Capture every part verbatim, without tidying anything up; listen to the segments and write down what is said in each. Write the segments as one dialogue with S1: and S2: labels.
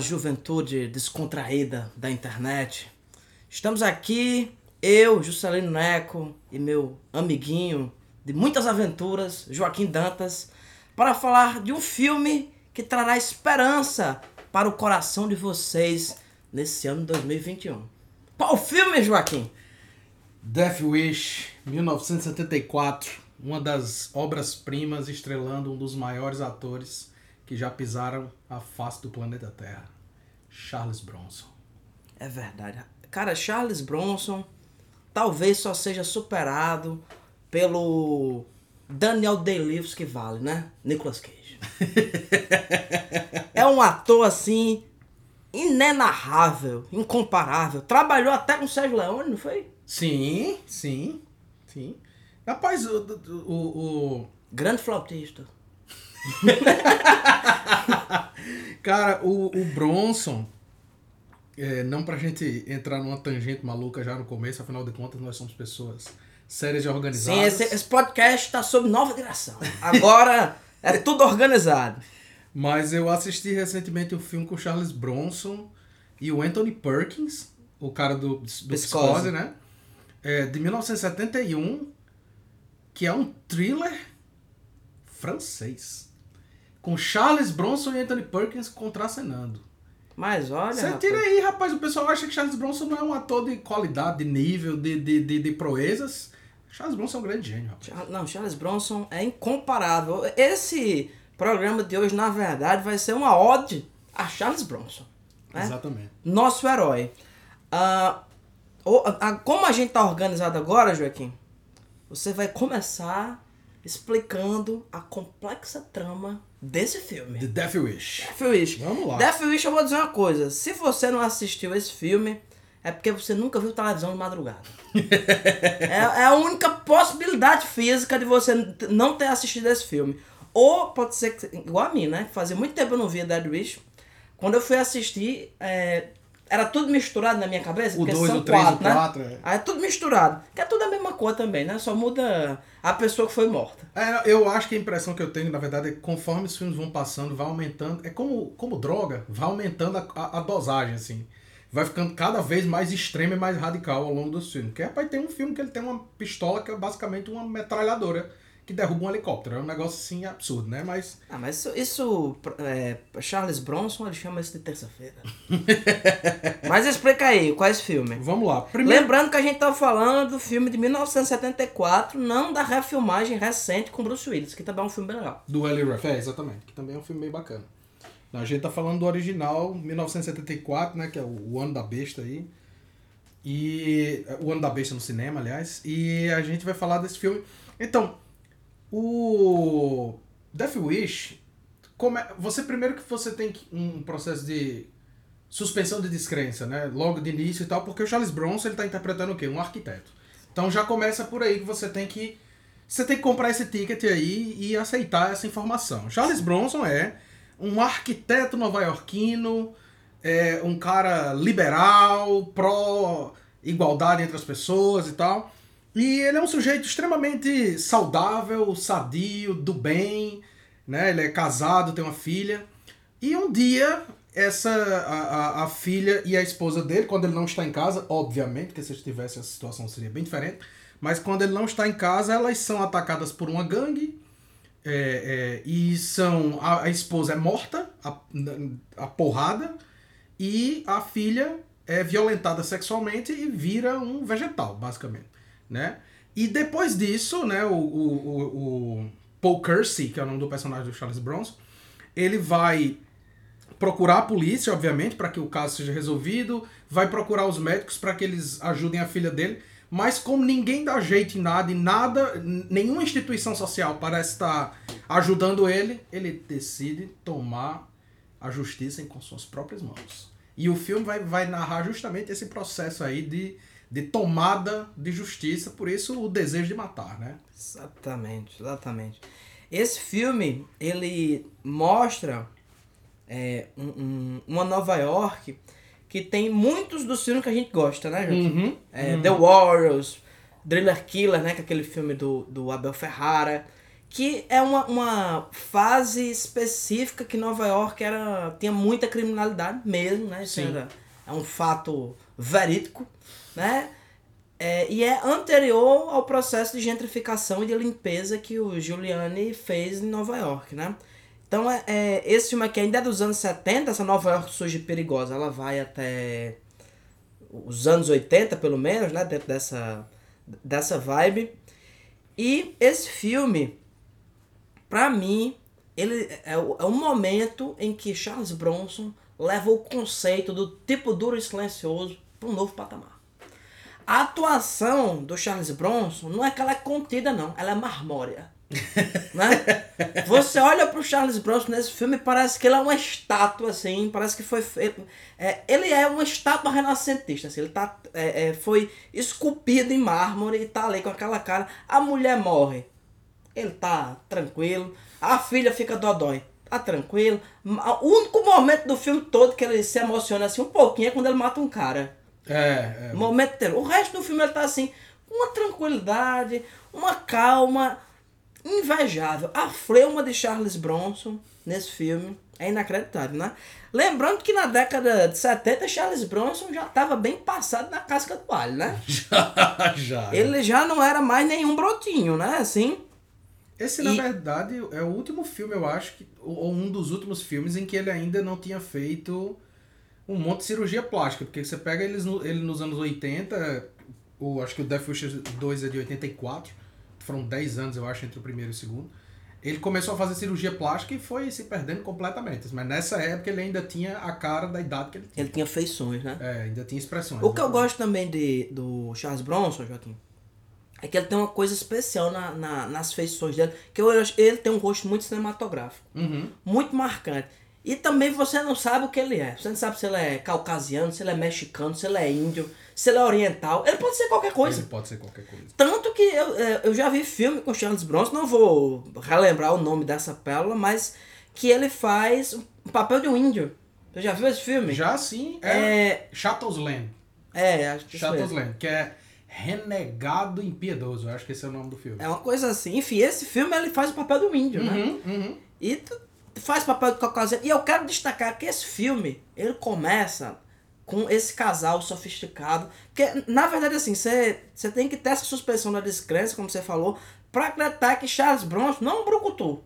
S1: juventude descontraída da internet. Estamos aqui, eu, Juscelino Neco e meu amiguinho de muitas aventuras, Joaquim Dantas, para falar de um filme que trará esperança para o coração de vocês nesse ano de dois mil e vinte e um. Qual filme, Joaquim?
S2: Death Wish, mil novecentos e setenta e quatro, uma das obras-primas estrelando um dos maiores atores que já pisaram a face do planeta Terra, Charles Bronson.
S1: É verdade. Cara, Charles Bronson talvez só seja superado pelo Daniel Day-Lewis que vale, né? Nicolas Cage. É um ator, assim, inenarrável, incomparável. Trabalhou até com o Sérgio Leone, não foi?
S2: Sim, sim, sim. Rapaz, o... o, o...
S1: Grande flautista.
S2: Cara, o, o Bronson, é, não pra gente entrar numa tangente maluca já no começo, afinal de contas nós somos pessoas sérias e organizadas.
S1: Sim, esse, esse podcast está sob nova direção. Agora é tudo organizado.
S2: Mas eu assisti recentemente um filme com o Charles Bronson e o Anthony Perkins, o cara do, do Psicose, né? É, de mil novecentos e setenta e um, que é um thriller francês. Com Charles Bronson e Anthony Perkins contracenando.
S1: Mas olha,
S2: Você
S1: rapaz,
S2: tira aí, rapaz. O pessoal acha que Charles Bronson não é um ator de qualidade, de nível, de, de, de, de proezas. Charles Bronson é um grande gênio, rapaz.
S1: Não, Charles Bronson é incomparável. Esse programa de hoje, na verdade, vai ser uma ode a Charles Bronson, né?
S2: Exatamente.
S1: Nosso herói. Ah, o- a- como a gente tá organizado agora, Joaquim, você vai começar explicando a complexa trama desse filme.
S2: The Death Wish.
S1: Death Wish.
S2: Vamos lá.
S1: Death Wish, eu vou dizer uma coisa. Se você não assistiu esse filme, é porque você nunca viu televisão de madrugada. é, é a única possibilidade física de você n- não ter assistido esse filme. Ou pode ser que, igual a mim, né? Fazia muito tempo que eu não via Death Wish. Quando eu fui assistir, é, era tudo misturado na minha cabeça.
S2: O
S1: porque
S2: dois,
S1: são
S2: o três, o
S1: quatro, né?
S2: quatro, é.
S1: Aí é tudo misturado. Que é tudo a mesma cor também, né? Só muda a pessoa que foi morta.
S2: É, eu acho que a impressão que eu tenho, na verdade, é que conforme os filmes vão passando, vai aumentando. É como, como droga, vai aumentando a, a, a dosagem, assim. Vai ficando cada vez mais extremo e mais radical ao longo dos filmes. Porque, rapaz, tem um filme que ele tem uma pistola que é basicamente uma metralhadora que derruba um helicóptero. É um negócio, assim, absurdo, né? Mas...
S1: Ah, mas isso, isso é, Charles Bronson, ele chama isso de terça-feira. Mas explica aí, qual é esse filme?
S2: Vamos lá. Primeiro...
S1: Lembrando que a gente tá falando do filme de mil novecentos e setenta e quatro, não da refilmagem recente com Bruce Willis, que também é um filme bem legal.
S2: Do Eli Roth, é, exatamente. Que também é um filme bem bacana. A gente tá falando do original, mil novecentos e setenta e quatro, né? Que é o Ano da Besta aí. E... O Ano da Besta no cinema, aliás. E a gente vai falar desse filme. Então, o Death Wish... Come... Você primeiro que você tem um processo de suspensão de descrença, né? Logo de início e tal. Porque o Charles Bronson, ele tá interpretando o quê? Um arquiteto. Então já começa por aí que você tem que... Você tem que comprar esse ticket aí e aceitar essa informação. Charles Bronson é um arquiteto nova-iorquino, é um cara liberal, pró-igualdade entre as pessoas e tal. E ele é um sujeito extremamente saudável, sadio, do bem, né? Ele é casado, tem uma filha. E um dia, essa, a, a, a filha e a esposa dele, quando ele não está em casa, obviamente, porque se estivesse a situação seria bem diferente, mas quando ele não está em casa, elas são atacadas por uma gangue. É, é, e são a, a esposa é morta a, a porrada e a filha é violentada sexualmente e vira um vegetal, basicamente, né? E depois disso, né, o, o, o, o Paul Kersey, que é o nome do personagem do Charles Bronson, ele vai procurar a polícia, obviamente, para que o caso seja resolvido, vai procurar os médicos para que eles ajudem a filha dele. Mas como ninguém dá jeito em nada, e nada, nenhuma instituição social parece estar ajudando ele, ele decide tomar a justiça em com suas próprias mãos. E o filme vai, vai narrar justamente esse processo aí de, de tomada de justiça, por isso o desejo de matar, né?
S1: Exatamente, exatamente. Esse filme, ele mostra é, um, um, uma Nova York que tem muitos dos filmes que a gente gosta, né, gente?
S2: Uhum,
S1: É,
S2: uhum.
S1: The Warriors, Driller Killer, né, que é aquele filme do, do Abel Ferrara, que é uma, uma fase específica que Nova York era, tinha muita criminalidade mesmo, né? Isso era, é um fato verídico, né? É, e é anterior ao processo de gentrificação e de limpeza que o Giuliani fez em Nova York, né? Então, é, é, esse filme aqui ainda é dos anos setenta, essa Nova York surge perigosa, ela vai até os anos oitenta, pelo menos, né? Dentro dessa, dessa vibe. E esse filme, pra mim, ele é, é um momento em que Charles Bronson leva o conceito do tipo duro e silencioso para um novo patamar. A atuação do Charles Bronson não é que ela é contida, não. Ela é marmórea. Né? Você olha pro Charles Bronson nesse filme, parece que ele é uma estátua, assim. Parece que foi... É, ele é uma estátua renascentista, assim. Ele tá, é, é, foi esculpido em mármore e tá ali com aquela cara. A mulher morre. Ele tá tranquilo. A filha fica dodói. Tá tranquilo. O único momento do filme todo que ele se emociona assim um pouquinho é quando ele mata um cara.
S2: É, é.
S1: Momento dele. O resto do filme ele tá assim, uma tranquilidade, uma calma invejável. A fleuma de Charles Bronson nesse filme é inacreditável, né? Lembrando que na década de setenta, Charles Bronson já estava bem passado na casca do alho, né?
S2: Já, já.
S1: Ele já não era mais nenhum brotinho, né? Assim.
S2: Esse, na e... verdade, é o último filme, eu acho, que, ou um dos últimos filmes em que ele ainda não tinha feito um monte de cirurgia plástica, porque você pega eles no, ele nos anos oitenta, ou acho que o Death Wish dois é de oitenta e quatro, foram dez anos, eu acho, entre o primeiro e o segundo. Ele começou a fazer cirurgia plástica e foi se perdendo completamente. Mas nessa época ele ainda tinha a cara da idade que ele tinha.
S1: Ele tinha feições, né?
S2: É, ainda tinha expressões.
S1: O que eu gosto também de, do Charles Bronson, Joaquim, é que ele tem uma coisa especial na, na, nas feições dele, que eu acho, ele tem um rosto muito cinematográfico,
S2: uhum.
S1: muito marcante. E também você não sabe o que ele é. Você não sabe se ele é caucasiano, se ele é mexicano, se ele é índio, se ele é oriental. Ele pode ser qualquer coisa.
S2: Ele pode ser qualquer coisa.
S1: Tanto que eu, eu já vi filme com Charles Bronson, não vou relembrar o nome dessa pérola, mas que ele faz o papel de um índio. Você já viu esse filme?
S2: Já sim. É, é... Chatous Land.
S1: É, acho que
S2: Chatous Land, que é Renegado Impiedoso. Eu acho que esse é o nome do filme.
S1: É uma coisa assim. Enfim, esse filme ele faz o papel de um índio,
S2: uhum,
S1: né?
S2: Uhum.
S1: E faz papel de caucasiano. E eu quero destacar que esse filme, ele começa com esse casal sofisticado. Porque, na verdade, assim, você tem que ter essa suspensão da descrença, como você falou, pra acreditar que Charles Bronson não é um brucutu.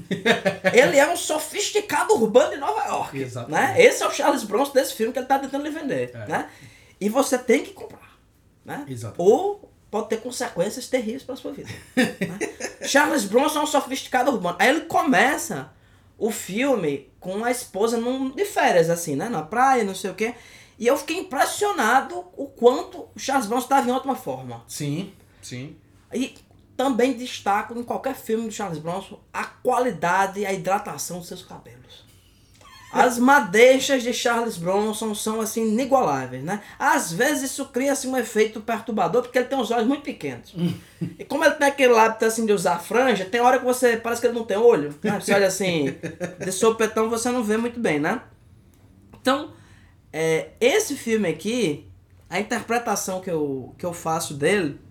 S1: Ele é um sofisticado urbano de Nova York.
S2: Exatamente.
S1: Né? Esse é o Charles Bronson desse filme que ele tá tentando lhe vender.
S2: É.
S1: Né? E você tem que comprar. Né? Ou pode ter consequências terríveis para sua vida. Né? Charles Bronson é um sofisticado urbano. Aí ele começa o filme com a esposa num, de férias, assim, né? Na praia, não sei o quê. E eu fiquei impressionado o quanto o Charles Bronson estava em ótima forma.
S2: Sim, sim.
S1: E também destaco em qualquer filme do Charles Bronson a qualidade e a hidratação dos seus cabelos. As madeixas de Charles Bronson são assim inigualáveis, né? Às vezes isso cria assim, um efeito perturbador porque ele tem os olhos muito pequenos. E como ele tem aquele hábito assim de usar franja, tem hora que você parece que ele não tem olho, né? Você olha assim, de sopetão você não vê muito bem, né? Então, é, esse filme aqui, a interpretação que eu, que eu faço dele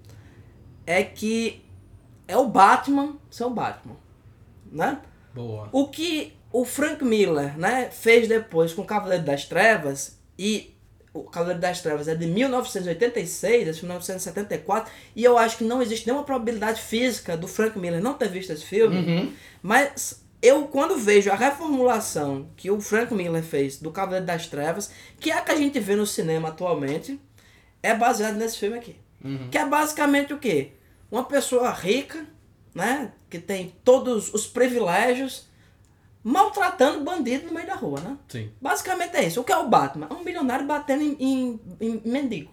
S1: é que é o Batman seu Batman, né?
S2: Boa.
S1: O que o Frank Miller, né, fez depois com o Cavaleiro das Trevas, e o Cavaleiro das Trevas é de mil novecentos e oitenta e seis, é de mil novecentos e setenta e quatro, e eu acho que não existe nenhuma probabilidade física do Frank Miller não ter visto esse filme,
S2: uhum.
S1: mas eu quando vejo a reformulação que o Frank Miller fez do Cavaleiro das Trevas, que é a que a gente vê no cinema atualmente, é baseado nesse filme aqui.
S2: Uhum.
S1: Que é basicamente o quê? Uma pessoa rica, né, que tem todos os privilégios, maltratando bandido no meio da rua, né?
S2: Sim.
S1: Basicamente é isso. O que é o Batman? É um milionário batendo em, em, em mendigo.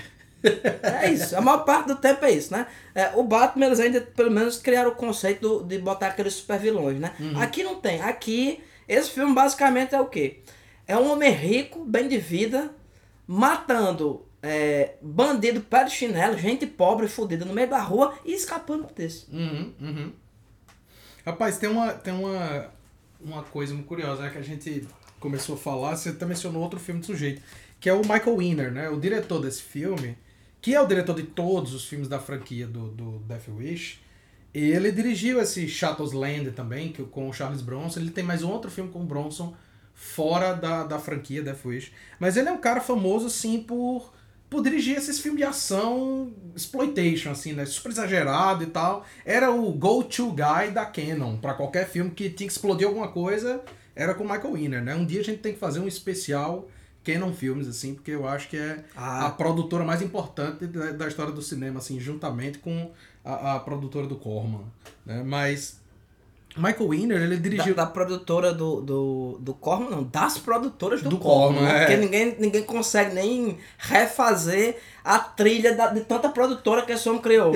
S1: É isso. A maior parte do tempo é isso, né? É, o Batman, eles ainda, pelo menos, criaram o conceito de botar aqueles super vilões, né?
S2: Uhum.
S1: Aqui não tem. Aqui, esse filme basicamente é o quê? É um homem rico, bem de vida, matando é, bandido, pé de chinelo, gente pobre, fodida no meio da rua e escapando desse.
S2: Uhum, uhum. Rapaz, tem uma... Tem uma... Uma coisa muito curiosa, né, que a gente começou a falar, você até mencionou outro filme do sujeito, que é o Michael Winner, né, o diretor desse filme, que é o diretor de todos os filmes da franquia do, do Death Wish, E ele dirigiu esse Shadows Land também, que, com o Charles Bronson. Ele tem mais um outro filme com o Bronson fora da, da franquia Death Wish. Mas ele é um cara famoso, assim, por, por dirigir esses filmes de ação exploitation, assim, né? Super exagerado e tal. Era o go-to guy da Canon. Pra qualquer filme que tinha que explodir alguma coisa, era com o Michael Winner, né? Um dia a gente tem que fazer um especial Canon Filmes, assim, porque eu acho que é ah. a produtora mais importante da, da história do cinema, assim, juntamente com a, a produtora do Corman, né? Mas Michael Winner, ele dirigiu...
S1: Da, da produtora do, do, do Corman, não, das produtoras do,
S2: do
S1: Corman,
S2: Corman,
S1: né?
S2: é.
S1: Porque ninguém, ninguém consegue nem refazer a trilha da, de tanta produtora que esse homem criou.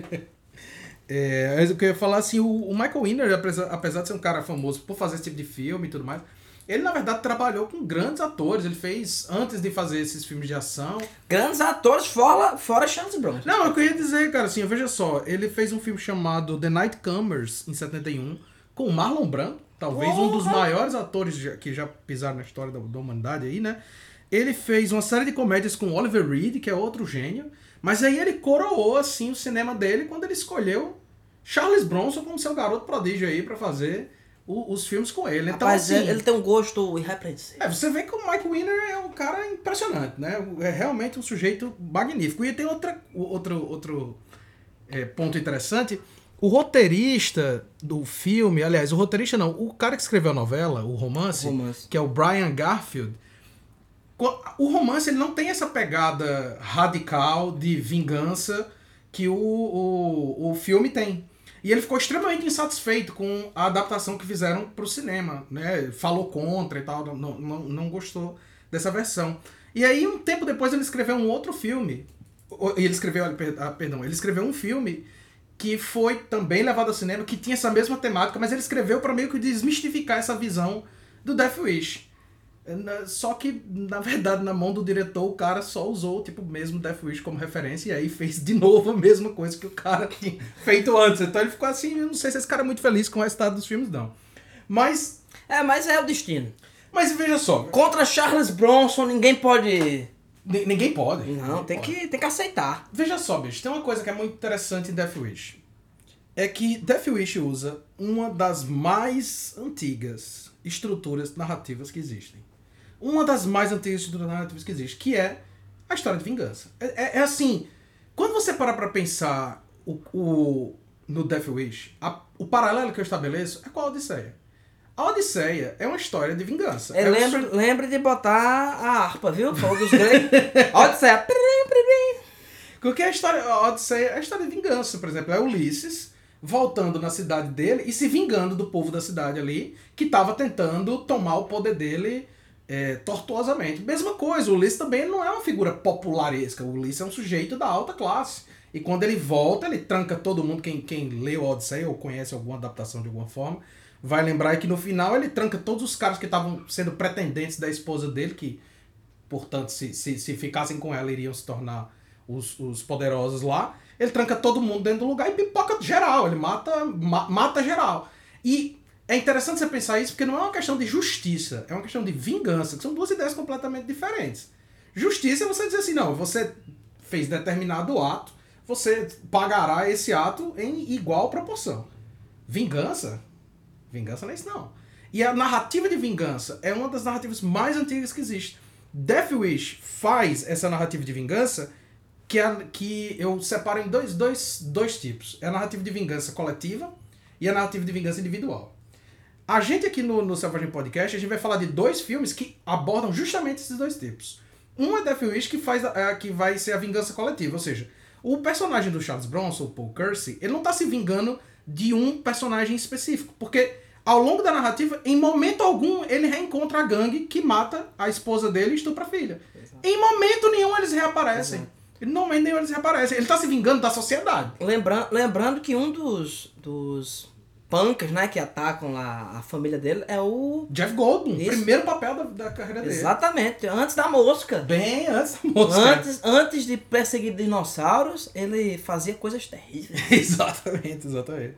S2: É, mas eu queria falar assim, o, o Michael Winner, apesar, apesar de ser um cara famoso por fazer esse tipo de filme e tudo mais, ele na verdade trabalhou com grandes atores, ele fez, antes de fazer esses filmes de ação...
S1: Grandes atores fora, fora Charles Bronson.
S2: Não, eu queria dizer, cara, assim, veja só, ele fez um filme chamado The Nightcomers, em setenta e um, com o Marlon Brando, talvez Porra. um dos maiores atores que já pisaram na história da, da humanidade aí, né? Ele fez uma série de comédias com Oliver Reed, que é outro gênio, mas aí ele coroou, assim, o cinema dele quando ele escolheu Charles Bronson como seu garoto prodígio aí pra fazer o, os filmes com ele. Então,
S1: Rapaz,
S2: assim,
S1: ele tem um gosto irrepreensível.
S2: É, você vê que o Michael Winner é um cara impressionante, né? É realmente um sujeito magnífico. E tem outra, outro, outro é, ponto interessante. O roteirista do filme, aliás, o roteirista não, o cara que escreveu a novela, o romance,
S1: romance.
S2: que é o Brian Garfield, o romance ele não tem essa pegada radical de vingança que o, o, o filme tem. E ele ficou extremamente insatisfeito com a adaptação que fizeram para o cinema, né? Falou contra e tal, não, não, não gostou dessa versão. E aí, um tempo depois, ele escreveu um outro filme. Ele escreveu, perdão, ele escreveu um filme que foi também levado ao cinema, que tinha essa mesma temática, mas ele escreveu para meio que desmistificar essa visão do Death Wish. Só que, na verdade, na mão do diretor, o cara só usou tipo, mesmo Death Wish como referência e aí fez de novo a mesma coisa que o cara tinha feito antes. Então ele ficou assim, eu não sei se esse cara é muito feliz com o resultado dos filmes, não. Mas...
S1: É, mas é o destino.
S2: Mas veja só...
S1: Contra Charles Bronson, ninguém pode...
S2: N- ninguém pode.
S1: Não,
S2: ninguém
S1: tem,
S2: pode.
S1: Que, tem que aceitar.
S2: Veja só, bicho, tem uma coisa que é muito interessante em Death Wish. É que Death Wish usa uma das mais antigas estruturas narrativas que existem. Uma das mais antigas estruturas narrativas que existe, que é a história de vingança. É, é, é assim, quando você para pra pensar o, o, no Death Wish, a, o paralelo que eu estabeleço é com a Odisseia. A Odisseia é uma história de vingança.
S1: É,
S2: é
S1: lembre,
S2: um...
S1: lembre de botar a harpa, viu? Falou dos gregos. A Odisseia.
S2: Porque a história, a Odisseia é a história de vingança, por exemplo. É Ulisses voltando na cidade dele e se vingando do povo da cidade ali, que estava tentando tomar o poder dele... É, tortuosamente. Mesma coisa, o Ulisses também não é uma figura popularesca, o Ulisses é um sujeito da alta classe. E quando ele volta, ele tranca todo mundo, quem, quem leu a Odisseia ou conhece alguma adaptação de alguma forma, vai lembrar que no final ele tranca todos os caras que estavam sendo pretendentes da esposa dele, que, portanto, se, se, se ficassem com ela, iriam se tornar os, os poderosos lá. Ele tranca todo mundo dentro do lugar e pipoca geral, ele mata, ma, mata geral. E é interessante você pensar isso porque não é uma questão de justiça, é uma questão de vingança, que são duas ideias completamente diferentes. Justiça é você dizer assim, não, você fez determinado ato, você pagará esse ato em igual proporção. Vingança? Vingança não é isso não. E a narrativa de vingança é uma das narrativas mais antigas que existe. Death Wish faz essa narrativa de vingança que, é, que eu separo em dois, dois, dois tipos. É a narrativa de vingança coletiva e a narrativa de vingança individual. A gente aqui no, no Selvagem Podcast, a gente vai falar de dois filmes que abordam justamente esses dois tipos. Um é Death Wish, que, faz, é, que vai ser a vingança coletiva, ou seja, o personagem do Charles Bronson, o Paul Kersey, ele não está se vingando de um personagem específico, porque ao longo da narrativa, em momento algum, ele reencontra a gangue que mata a esposa dele e estupra a filha. Exato. Em momento nenhum eles reaparecem. Exato. Em momento nenhum eles reaparecem. Ele está se vingando da sociedade.
S1: Lembra, lembrando que um dos... dos... punkers, né, que atacam lá a família dele, é o...
S2: Jeff Goldblum, Isso. primeiro papel da, da carreira dele.
S1: Exatamente, antes da mosca.
S2: Bem antes da mosca.
S1: Antes, antes de perseguir dinossauros, ele fazia coisas terríveis.
S2: exatamente, exatamente.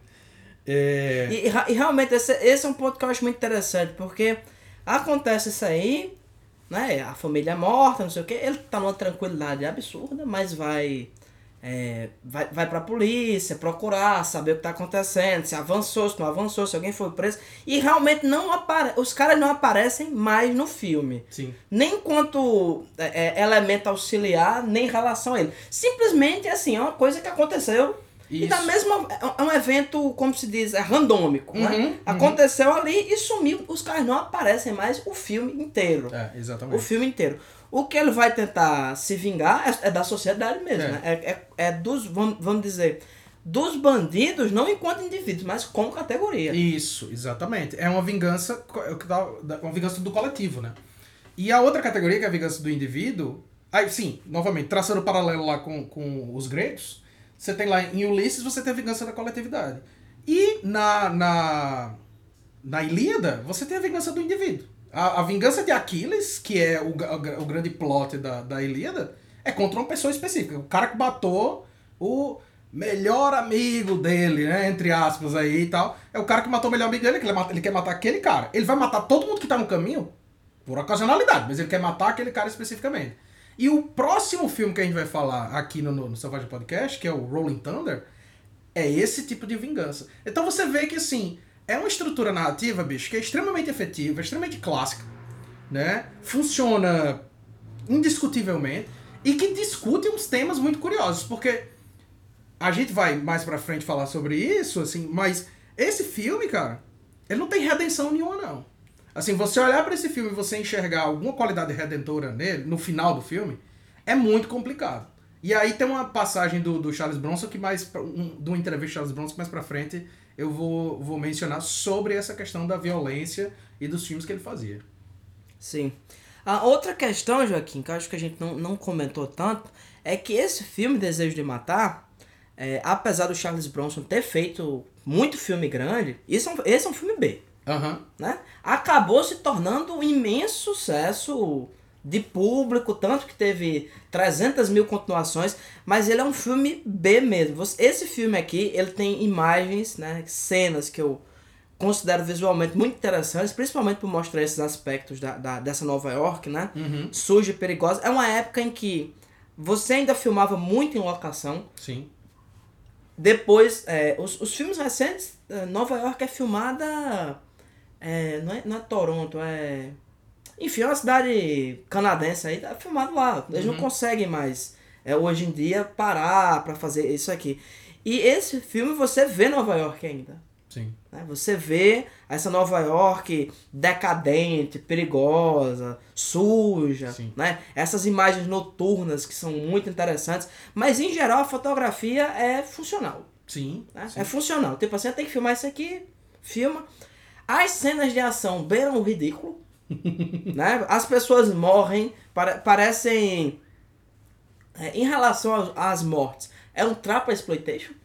S2: É...
S1: E, e, e realmente, esse, esse é um ponto que eu acho muito interessante, porque acontece isso aí, né, a família é morta, não sei o quê, ele tá numa tranquilidade absurda, mas vai é, vai, vai pra polícia procurar, saber o que tá acontecendo, se avançou, se não avançou, se alguém foi preso. E realmente não apare... os caras não aparecem mais no filme.
S2: Sim.
S1: Nem enquanto é, elemento auxiliar, nem em relação a ele. Simplesmente, assim, é uma coisa que aconteceu. Isso. E da mesma... É um evento, como se diz, é randômico, uhum, né? Uhum. Aconteceu ali e sumiu. Os caras não aparecem mais o filme inteiro.
S2: É, exatamente.
S1: O filme inteiro. O que ele vai tentar se vingar é, é da sociedade mesmo,
S2: é.
S1: né? É, é, é dos, vamos, vamos dizer, dos bandidos, não enquanto indivíduos, mas como categoria.
S2: Isso, exatamente. É uma vingança, uma vingança do coletivo, né? E a outra categoria, que é a vingança do indivíduo, aí sim, novamente, traçando o paralelo lá com, com os gregos, você tem lá em Ulisses, você tem a vingança da coletividade. E na, na, na Ilíada, você tem a vingança do indivíduo. A, a vingança de Aquiles, que é o, o, o grande plot da, da Ilíada, é contra uma pessoa específica. O cara que matou o melhor amigo dele, né? Entre aspas aí e tal. É o cara que matou o melhor amigo dele, que ele, ele quer matar aquele cara. Ele vai matar todo mundo que tá no caminho por ocasionalidade, mas ele quer matar aquele cara especificamente. E o próximo filme que a gente vai falar aqui no, no, no Selvagem Podcast, que é o Rolling Thunder, é esse tipo de vingança. Então você vê que, assim, é uma estrutura narrativa, bicho, que é extremamente efetiva, extremamente clássica, né? Funciona indiscutivelmente e que discute uns temas muito curiosos, porque a gente vai mais pra frente falar sobre isso, assim, mas esse filme, cara, ele não tem redenção nenhuma, não. Assim, você olhar pra esse filme e você enxergar alguma qualidade redentora nele, no final do filme, é muito complicado. E aí tem uma passagem do, do Charles Bronson, que mais, um, de uma entrevista de Charles Bronson, que mais pra frente eu vou, vou mencionar sobre essa questão da violência e dos filmes que ele fazia.
S1: Sim. A outra questão, Joaquim, que eu acho que a gente não, não comentou tanto, é que esse filme, Desejo de Matar, é, apesar do Charles Bronson ter feito muito filme grande, isso é um, esse é um filme B.
S2: Uhum.
S1: Né? Acabou se tornando um imenso sucesso de público, tanto que teve trezentas mil continuações, mas ele é um filme B mesmo. Esse filme aqui, ele tem imagens, né, cenas que eu considero visualmente muito interessantes, principalmente por mostrar esses aspectos da, da, dessa Nova York, né?
S2: Uhum.
S1: Suja e perigosa. É uma época em que você ainda filmava muito em locação.
S2: Sim.
S1: Depois, é, os, os filmes recentes, Nova York é filmada... É, não, é, não é Toronto, é... Enfim, é uma cidade canadense aí, tá filmado lá. Eles uhum. não conseguem mais, é, hoje em dia, parar pra fazer isso aqui. E esse filme você vê Nova York ainda.
S2: Sim.
S1: Né? Você vê essa Nova York decadente, perigosa, suja.
S2: Sim.
S1: Né? Essas imagens noturnas que são muito interessantes. Mas, em geral, a fotografia é funcional.
S2: Sim.
S1: Né?
S2: Sim.
S1: É funcional. Tipo assim, tem que filmar isso aqui, filma. As cenas de ação beiram o ridículo. Né? As pessoas morrem, pare- parecem... É, em relação às mortes, é um trapa exploitation.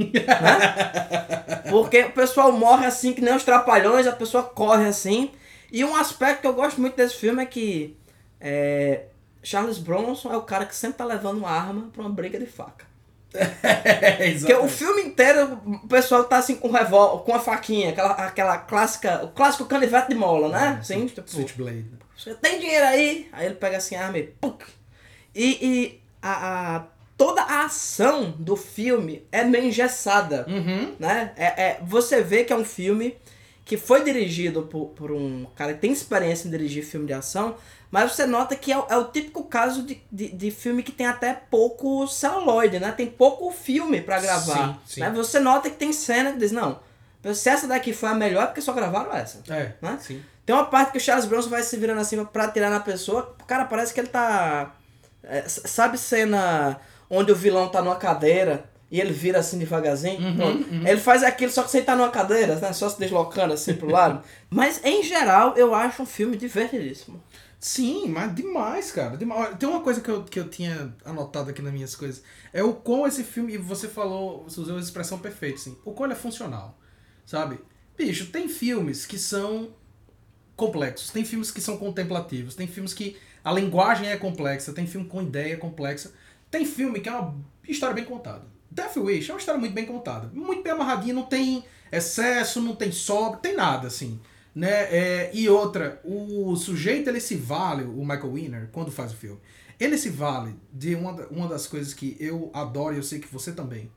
S1: Né? Porque o pessoal morre assim, que nem os trapalhões, a pessoa corre assim. E um aspecto que eu gosto muito desse filme é que é, Charles Bronson é o cara que sempre tá levando uma arma pra uma briga de faca. Porque o filme inteiro o pessoal tá assim com um revólver, com a faquinha, aquela, aquela clássica, o clássico canivete de mola, né?
S2: É,
S1: assim, tipo,
S2: Switchblade.
S1: Você tem dinheiro aí? Aí ele pega assim a arma e puk! E, e a, a, toda a ação do filme é meio engessada.
S2: Uhum.
S1: Né? É, é, você vê que é um filme que foi dirigido por, por um cara que tem experiência em dirigir filme de ação, mas você nota que é, é o típico caso de, de, de filme que tem até pouco celuloide, né? Tem pouco filme pra gravar.
S2: Sim, sim.
S1: Né? Você nota que tem cena que diz, não, se essa daqui foi a melhor é porque só gravaram essa.
S2: É,
S1: né?
S2: sim.
S1: Tem uma parte que o Charles Bronson vai se virando assim pra atirar na pessoa, cara, parece que ele tá... É, sabe cena onde o vilão tá numa cadeira e ele vira assim devagarzinho?
S2: Uhum, uhum.
S1: Ele faz aquilo só que sem estar numa cadeira, né? Só se deslocando assim pro lado. Mas, em geral, eu acho um filme divertidíssimo.
S2: Sim, mas demais, cara. Demais. Tem uma coisa que eu, que eu tinha anotado aqui nas minhas coisas. É o quão esse filme, e você falou, você usou a expressão perfeita, assim, o quão ele é funcional, sabe? Bicho, tem filmes que são complexos, tem filmes que são contemplativos, tem filmes que a linguagem é complexa, tem filme com ideia complexa, tem filme que é uma história bem contada. Death Wish é uma história muito bem contada, muito bem amarradinha, não tem excesso, não tem sobra, tem nada, assim. Né? É, e outra, o sujeito ele se vale, o Michael Winner, quando faz o filme, ele se vale de uma, uma das coisas que eu adoro e eu sei que você também,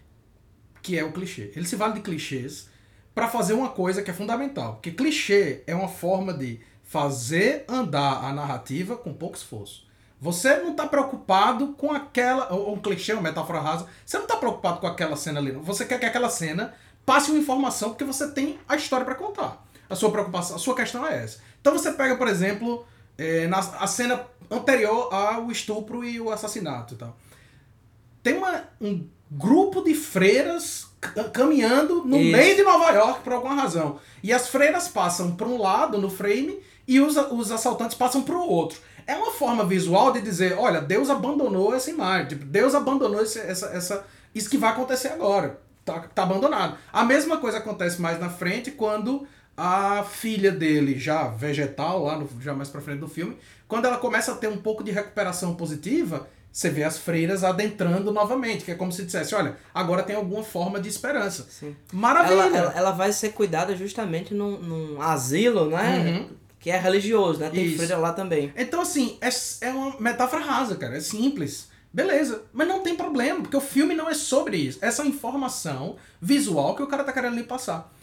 S2: que é o clichê. Ele se vale de clichês para fazer uma coisa que é fundamental. Porque clichê é uma forma de fazer andar a narrativa com pouco esforço. Você não está preocupado com aquela... Ou um clichê, uma metáfora rasa. Você não está preocupado com aquela cena ali. Não. Você quer que aquela cena passe uma informação porque você tem a história para contar. A sua preocupação, a sua questão é essa. Então você pega, por exemplo, é, na, a cena anterior ao estupro e o assassinato e tal. Tem uma, um grupo de freiras caminhando no Isso. meio de Nova York por alguma razão. E as freiras passam para um lado no frame e os, os assaltantes passam para o outro. É uma forma visual de dizer, olha, Deus abandonou essa imagem. Tipo, Deus abandonou esse, essa, essa, isso que vai acontecer agora. Tá, tá abandonado. A mesma coisa acontece mais na frente quando a filha dele, já vegetal, lá no, já mais pra frente do filme, quando ela começa a ter um pouco de recuperação positiva, você vê as freiras adentrando novamente, que é como se dissesse, olha, agora tem alguma forma de esperança.
S1: Sim.
S2: Maravilha!
S1: Ela, ela, ela vai ser cuidada justamente num, num asilo, né? Uhum. Que é religioso, né? Tem Isso. freira lá também.
S2: Então, assim, é, é uma metáfora rasa, cara. É simples. Beleza. Mas não tem problema, porque o filme não é sobre isso. Essa informação visual que o cara tá querendo lhe passar.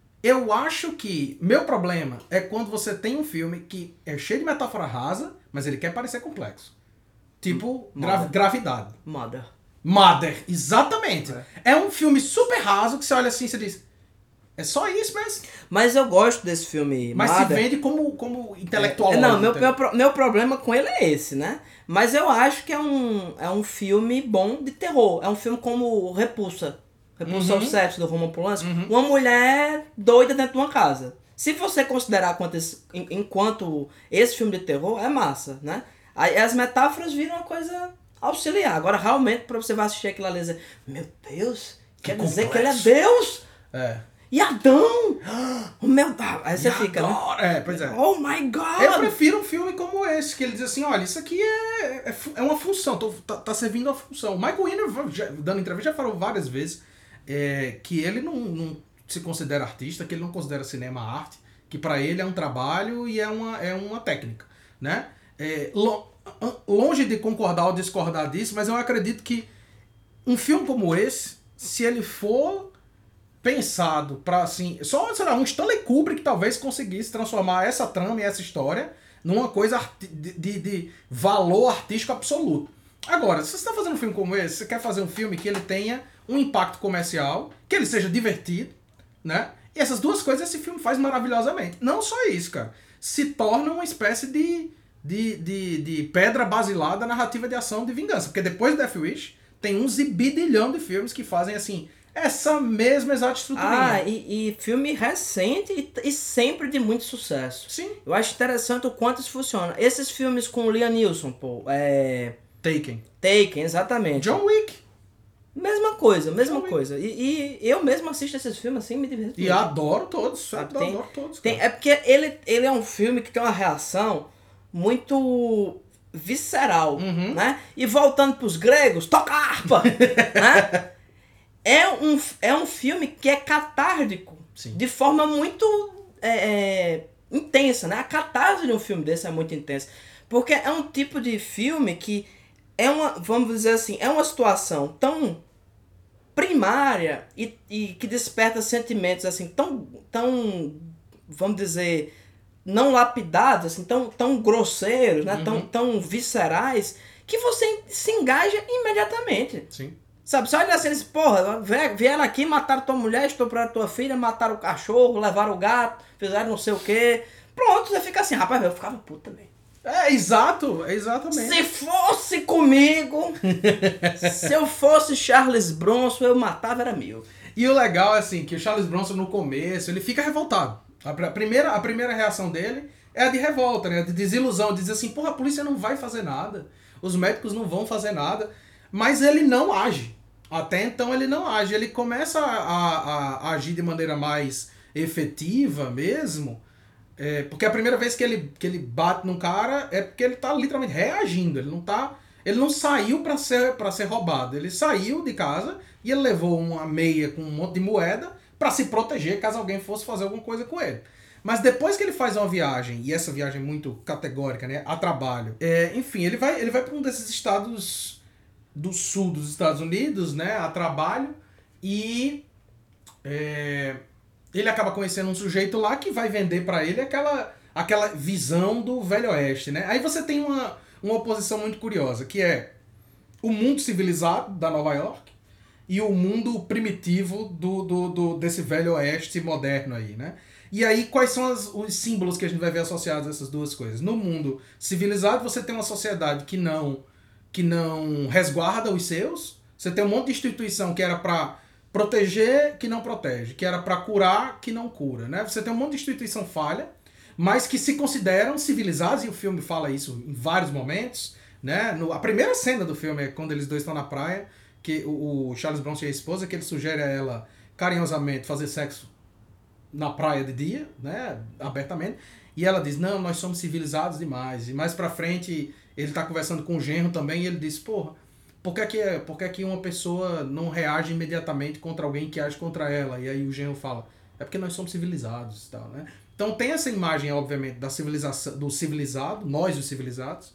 S2: Eu acho que meu problema é quando você tem um filme que é cheio de metáfora rasa, mas ele quer parecer complexo. Tipo, gra Gravidade.
S1: Mother.
S2: Mother, exatamente. É. é um filme super raso que você olha assim e você diz, é só isso, mas...
S1: Mas eu gosto desse filme,
S2: Mas
S1: Mother.
S2: se vende como, como intelectual.
S1: É, não, meu, meu, meu problema com ele é esse, né? Mas eu acho que é um, é um filme bom de terror. É um filme como Repulsa. Repulsa uhum. sete do Roman Polanski. Uhum. Uma mulher doida dentro de uma casa. Se você considerar quanto esse, enquanto esse filme de terror, é massa, né? Aí as metáforas viram uma coisa auxiliar. Agora, realmente, pra você vai assistir aquilo ali e dizer, meu Deus, que quer complexo. dizer que ele é Deus?
S2: É.
S1: E Adão? Oh, meu Deus. Aí você e fica,
S2: agora?
S1: né?
S2: É, pois é.
S1: Oh my God!
S2: Eu prefiro um filme como esse, que ele diz assim, olha, isso aqui é, é, é uma função, tô, tá, tá servindo a função. O Michael Winner, já, dando entrevista, já falou várias vezes é, que ele não, não se considera artista, que ele não considera cinema arte, que pra ele é um trabalho e é uma, é uma técnica, né? É, lo, longe de concordar ou discordar disso, mas eu acredito que um filme como esse, se ele for pensado para assim, só, sei lá, um Stanley Kubrick talvez conseguisse transformar essa trama e essa história numa coisa de, de, de valor artístico absoluto. Agora, se você está fazendo um filme como esse, você quer fazer um filme que ele tenha um impacto comercial, que ele seja divertido, né? E essas duas coisas esse filme faz maravilhosamente. Não só isso, cara. Se torna uma espécie de, de, de, de pedra basilar da narrativa de ação de vingança. Porque depois do Death Wish, tem um zibidilhão de filmes que fazem assim... essa mesma exata estruturinha.
S1: Ah, e, e filme recente e, e sempre de muito sucesso.
S2: Sim.
S1: Eu acho interessante o quanto isso funciona. Esses filmes com o Liam Neeson, pô, é...
S2: Taken.
S1: Taken, exatamente.
S2: John Wick.
S1: Mesma coisa, mesma
S2: John
S1: coisa. E, e eu mesmo assisto esses filmes assim, me divirto.
S2: E adoro todos, eu
S1: tem,
S2: adoro todos.
S1: Tem, é porque ele, ele é um filme que tem uma reação muito... visceral,
S2: uhum.
S1: né? E voltando pros gregos, toca harpa, né? É um, é um filme que é catártico,
S2: Sim.
S1: de forma muito é, é, intensa, né? A catarse de um filme desse é muito intensa, porque é um tipo de filme que é uma, vamos dizer assim, é uma situação tão primária e, e que desperta sentimentos assim tão, tão, vamos dizer, não lapidados, assim, tão, tão grosseiros, né? Uhum. tão, tão viscerais, que você se engaja imediatamente.
S2: Sim.
S1: Sabe, você olha assim e diz, porra, vieram aqui, mataram tua mulher, estupraram tua filha, mataram o cachorro, levaram o gato, fizeram não sei o quê. Pronto, você fica assim, rapaz, eu ficava puto também.
S2: É, exato, exatamente.
S1: Se fosse comigo, se eu fosse Charles Bronson, eu matava, era meu.
S2: E o legal é assim, que o Charles Bronson no começo, ele fica revoltado. A primeira, a primeira reação dele é a de revolta, né? De desilusão, de dizer assim, porra, a polícia não vai fazer nada, os médicos não vão fazer nada, mas ele não age. Até então ele não age, ele começa a, a, a agir de maneira mais efetiva mesmo, é, porque a primeira vez que ele, que ele bate num cara é porque ele tá literalmente reagindo, ele não tá, ele não saiu para ser, para ser roubado, ele saiu de casa e ele levou uma meia com um monte de moeda para se proteger caso alguém fosse fazer alguma coisa com ele. Mas depois que ele faz uma viagem, e essa viagem é muito categórica, né? A trabalho. É, enfim, ele vai, ele vai para um desses estados do sul dos Estados Unidos, né? A trabalho. E é, ele acaba conhecendo um sujeito lá que vai vender para ele aquela, aquela visão do Velho Oeste, né? Aí você tem uma, uma oposição muito curiosa, que é o mundo civilizado da Nova York e o mundo primitivo do, do, do, desse Velho Oeste moderno aí, né? E aí, quais são as, os símbolos que a gente vai ver associados a essas duas coisas? No mundo civilizado, você tem uma sociedade que não, que não resguarda os seus. Você tem um monte de instituição que era para proteger, que não protege. Que era para curar, que não cura, né? Você tem um monte de instituição falha, mas que se consideram civilizados, e o filme fala isso em vários momentos, né? No, a primeira cena do filme é quando eles dois estão na praia, que o, o Charles Bronson e a esposa, que ele sugere a ela carinhosamente fazer sexo na praia de dia, né, abertamente, e ela diz, não, nós somos civilizados demais, e mais pra frente ele tá conversando com o genro também, e ele diz, porra, por que que, por que que uma pessoa não reage imediatamente contra alguém que age contra ela? E aí o genro fala, é porque nós somos civilizados e tal, né? Então tem essa imagem, obviamente, da civilização, do civilizado, nós os civilizados,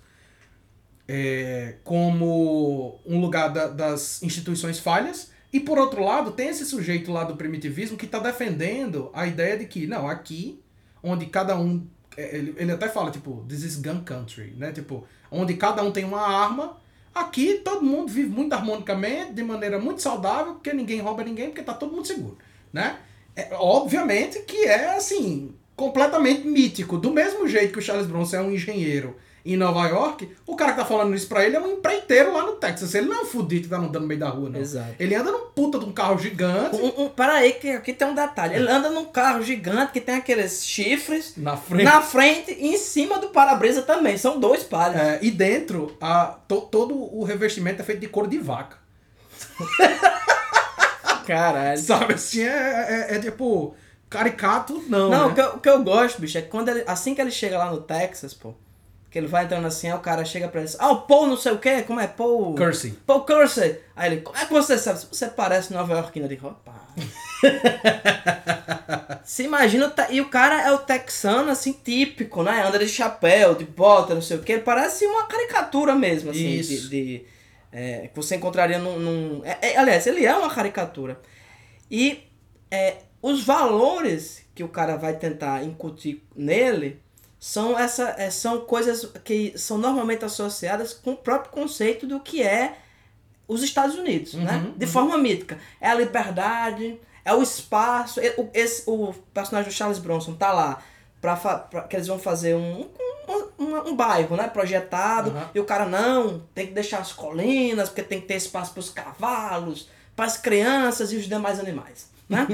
S2: é, como um lugar da, das instituições falhas. E por outro lado, tem esse sujeito lá do primitivismo que está defendendo a ideia de que, não, aqui, onde cada um, ele, ele até fala, tipo, this is gun country, né? Tipo, onde cada um tem uma arma, aqui todo mundo vive muito harmonicamente, de maneira muito saudável, porque ninguém rouba ninguém, porque tá todo mundo seguro, né? É, obviamente que é, assim, completamente mítico. Do mesmo jeito que o Charles Bronson é um engenheiro em Nova York, o cara que tá falando isso pra ele é um empreiteiro lá no Texas. Ele não é um fudido que tá andando no meio da rua, não.
S1: Exato.
S2: Ele anda num puta de um carro gigante.
S1: Um, um, para aí, que aqui tem um detalhe. Ele anda num carro gigante que tem aqueles chifres
S2: na frente,
S1: na frente e em cima do para-brisa também. São dois palhos.
S2: É, e dentro, a, to, todo o revestimento é feito de couro de vaca.
S1: Caralho.
S2: Sabe, assim, é, é, é tipo... Caricato, não,
S1: Não,
S2: né?
S1: o, que eu, o que eu gosto, bicho, é que quando ele, assim que ele chega lá no Texas, pô, que ele vai entrando assim, aí o cara chega pra ele assim, ah, o Paul não sei o que, como é? Paul...
S2: Kersey.
S1: Paul Kersey. Aí ele, como é que você sabe? Você parece Nova Yorkino. Eu digo, opa. Se imagina, e o cara é o texano, assim, típico, né? Anda de chapéu, de bota, não sei o que. Ele parece uma caricatura mesmo, assim,
S2: Isso.
S1: de... de é, que você encontraria num... num é, é, aliás, ele é uma caricatura. E é, os valores que o cara vai tentar incutir nele são, essa, é, são coisas que são normalmente associadas com o próprio conceito do que é os Estados Unidos, uhum, né? De uhum. forma mítica. É a liberdade, é o espaço. O, esse, o personagem do Charles Bronson tá lá pra, pra, que eles vão fazer um, um, um, um bairro, né? Projetado. Uhum. E o cara, não, tem que deixar as colinas, porque tem que ter espaço para os cavalos, para as crianças e os demais animais, né?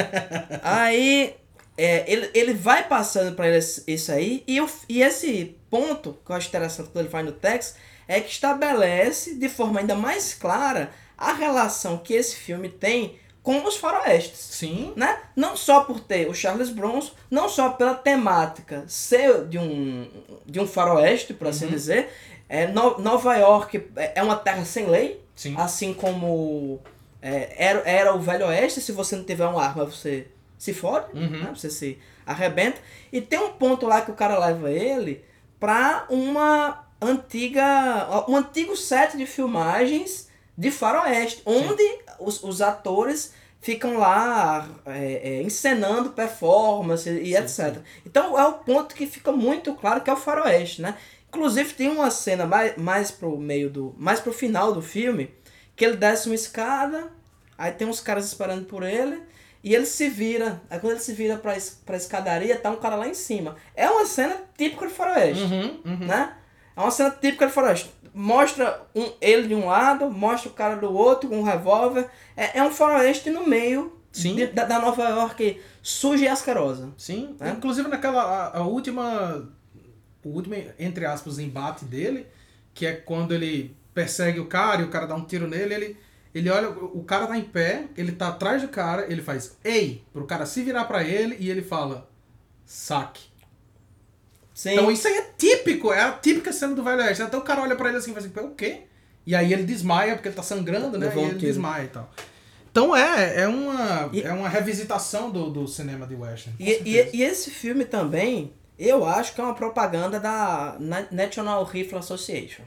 S1: Aí... É, ele, ele vai passando para ele isso aí, e, eu, e esse ponto que eu acho interessante quando ele vai no Texas é que estabelece de forma ainda mais clara a relação que esse filme tem com os faroestes.
S2: Sim.
S1: Né? Não só por ter o Charles Bronson, não só pela temática ser de um, de um faroeste, por assim uhum. dizer. É, no, Nova York é uma terra sem lei,
S2: Sim.
S1: assim como é, era, era o Velho Oeste. Se você não tiver uma arma, você... se fode, uhum. né? Você se arrebenta. E tem um ponto lá que o cara leva ele pra uma antiga, um antigo set de filmagens de faroeste, onde os, os atores ficam lá é, é, encenando performance e sim, etcétera. Sim. Então é o ponto que fica muito claro que é o faroeste, né? Inclusive tem uma cena mais, mais pro meio do, mais pro final do filme, que ele desce uma escada, aí tem uns caras esperando por ele, e ele se vira, aí quando ele se vira pra, pra escadaria, tá um cara lá em cima. É uma cena típica de faroeste,
S2: uhum, uhum.
S1: né? É uma cena típica de faroeste. Mostra um, ele de um lado, mostra o cara do outro com um revólver. É, é um faroeste no meio de, da, da Nova York suja e asquerosa.
S2: Sim, né? Inclusive naquela, a, a última, o último, entre aspas, embate dele, que é quando ele persegue o cara e o cara dá um tiro nele, ele... Ele olha, o cara tá em pé, ele tá atrás do cara, ele faz ei, pro cara se virar pra ele e ele fala saque. Sim. Então isso aí é típico, é a típica cena do Velho Oeste. Até o cara olha pra ele assim e fala assim, o quê? E aí ele desmaia, porque ele tá sangrando, né? E ele desmaia e tal. Então é, é uma,
S1: E-
S2: é uma revisitação do, do cinema de western. com
S1: E,
S2: certeza.
S1: e, e esse filme também, eu acho que é uma propaganda da Na- National Rifle Association.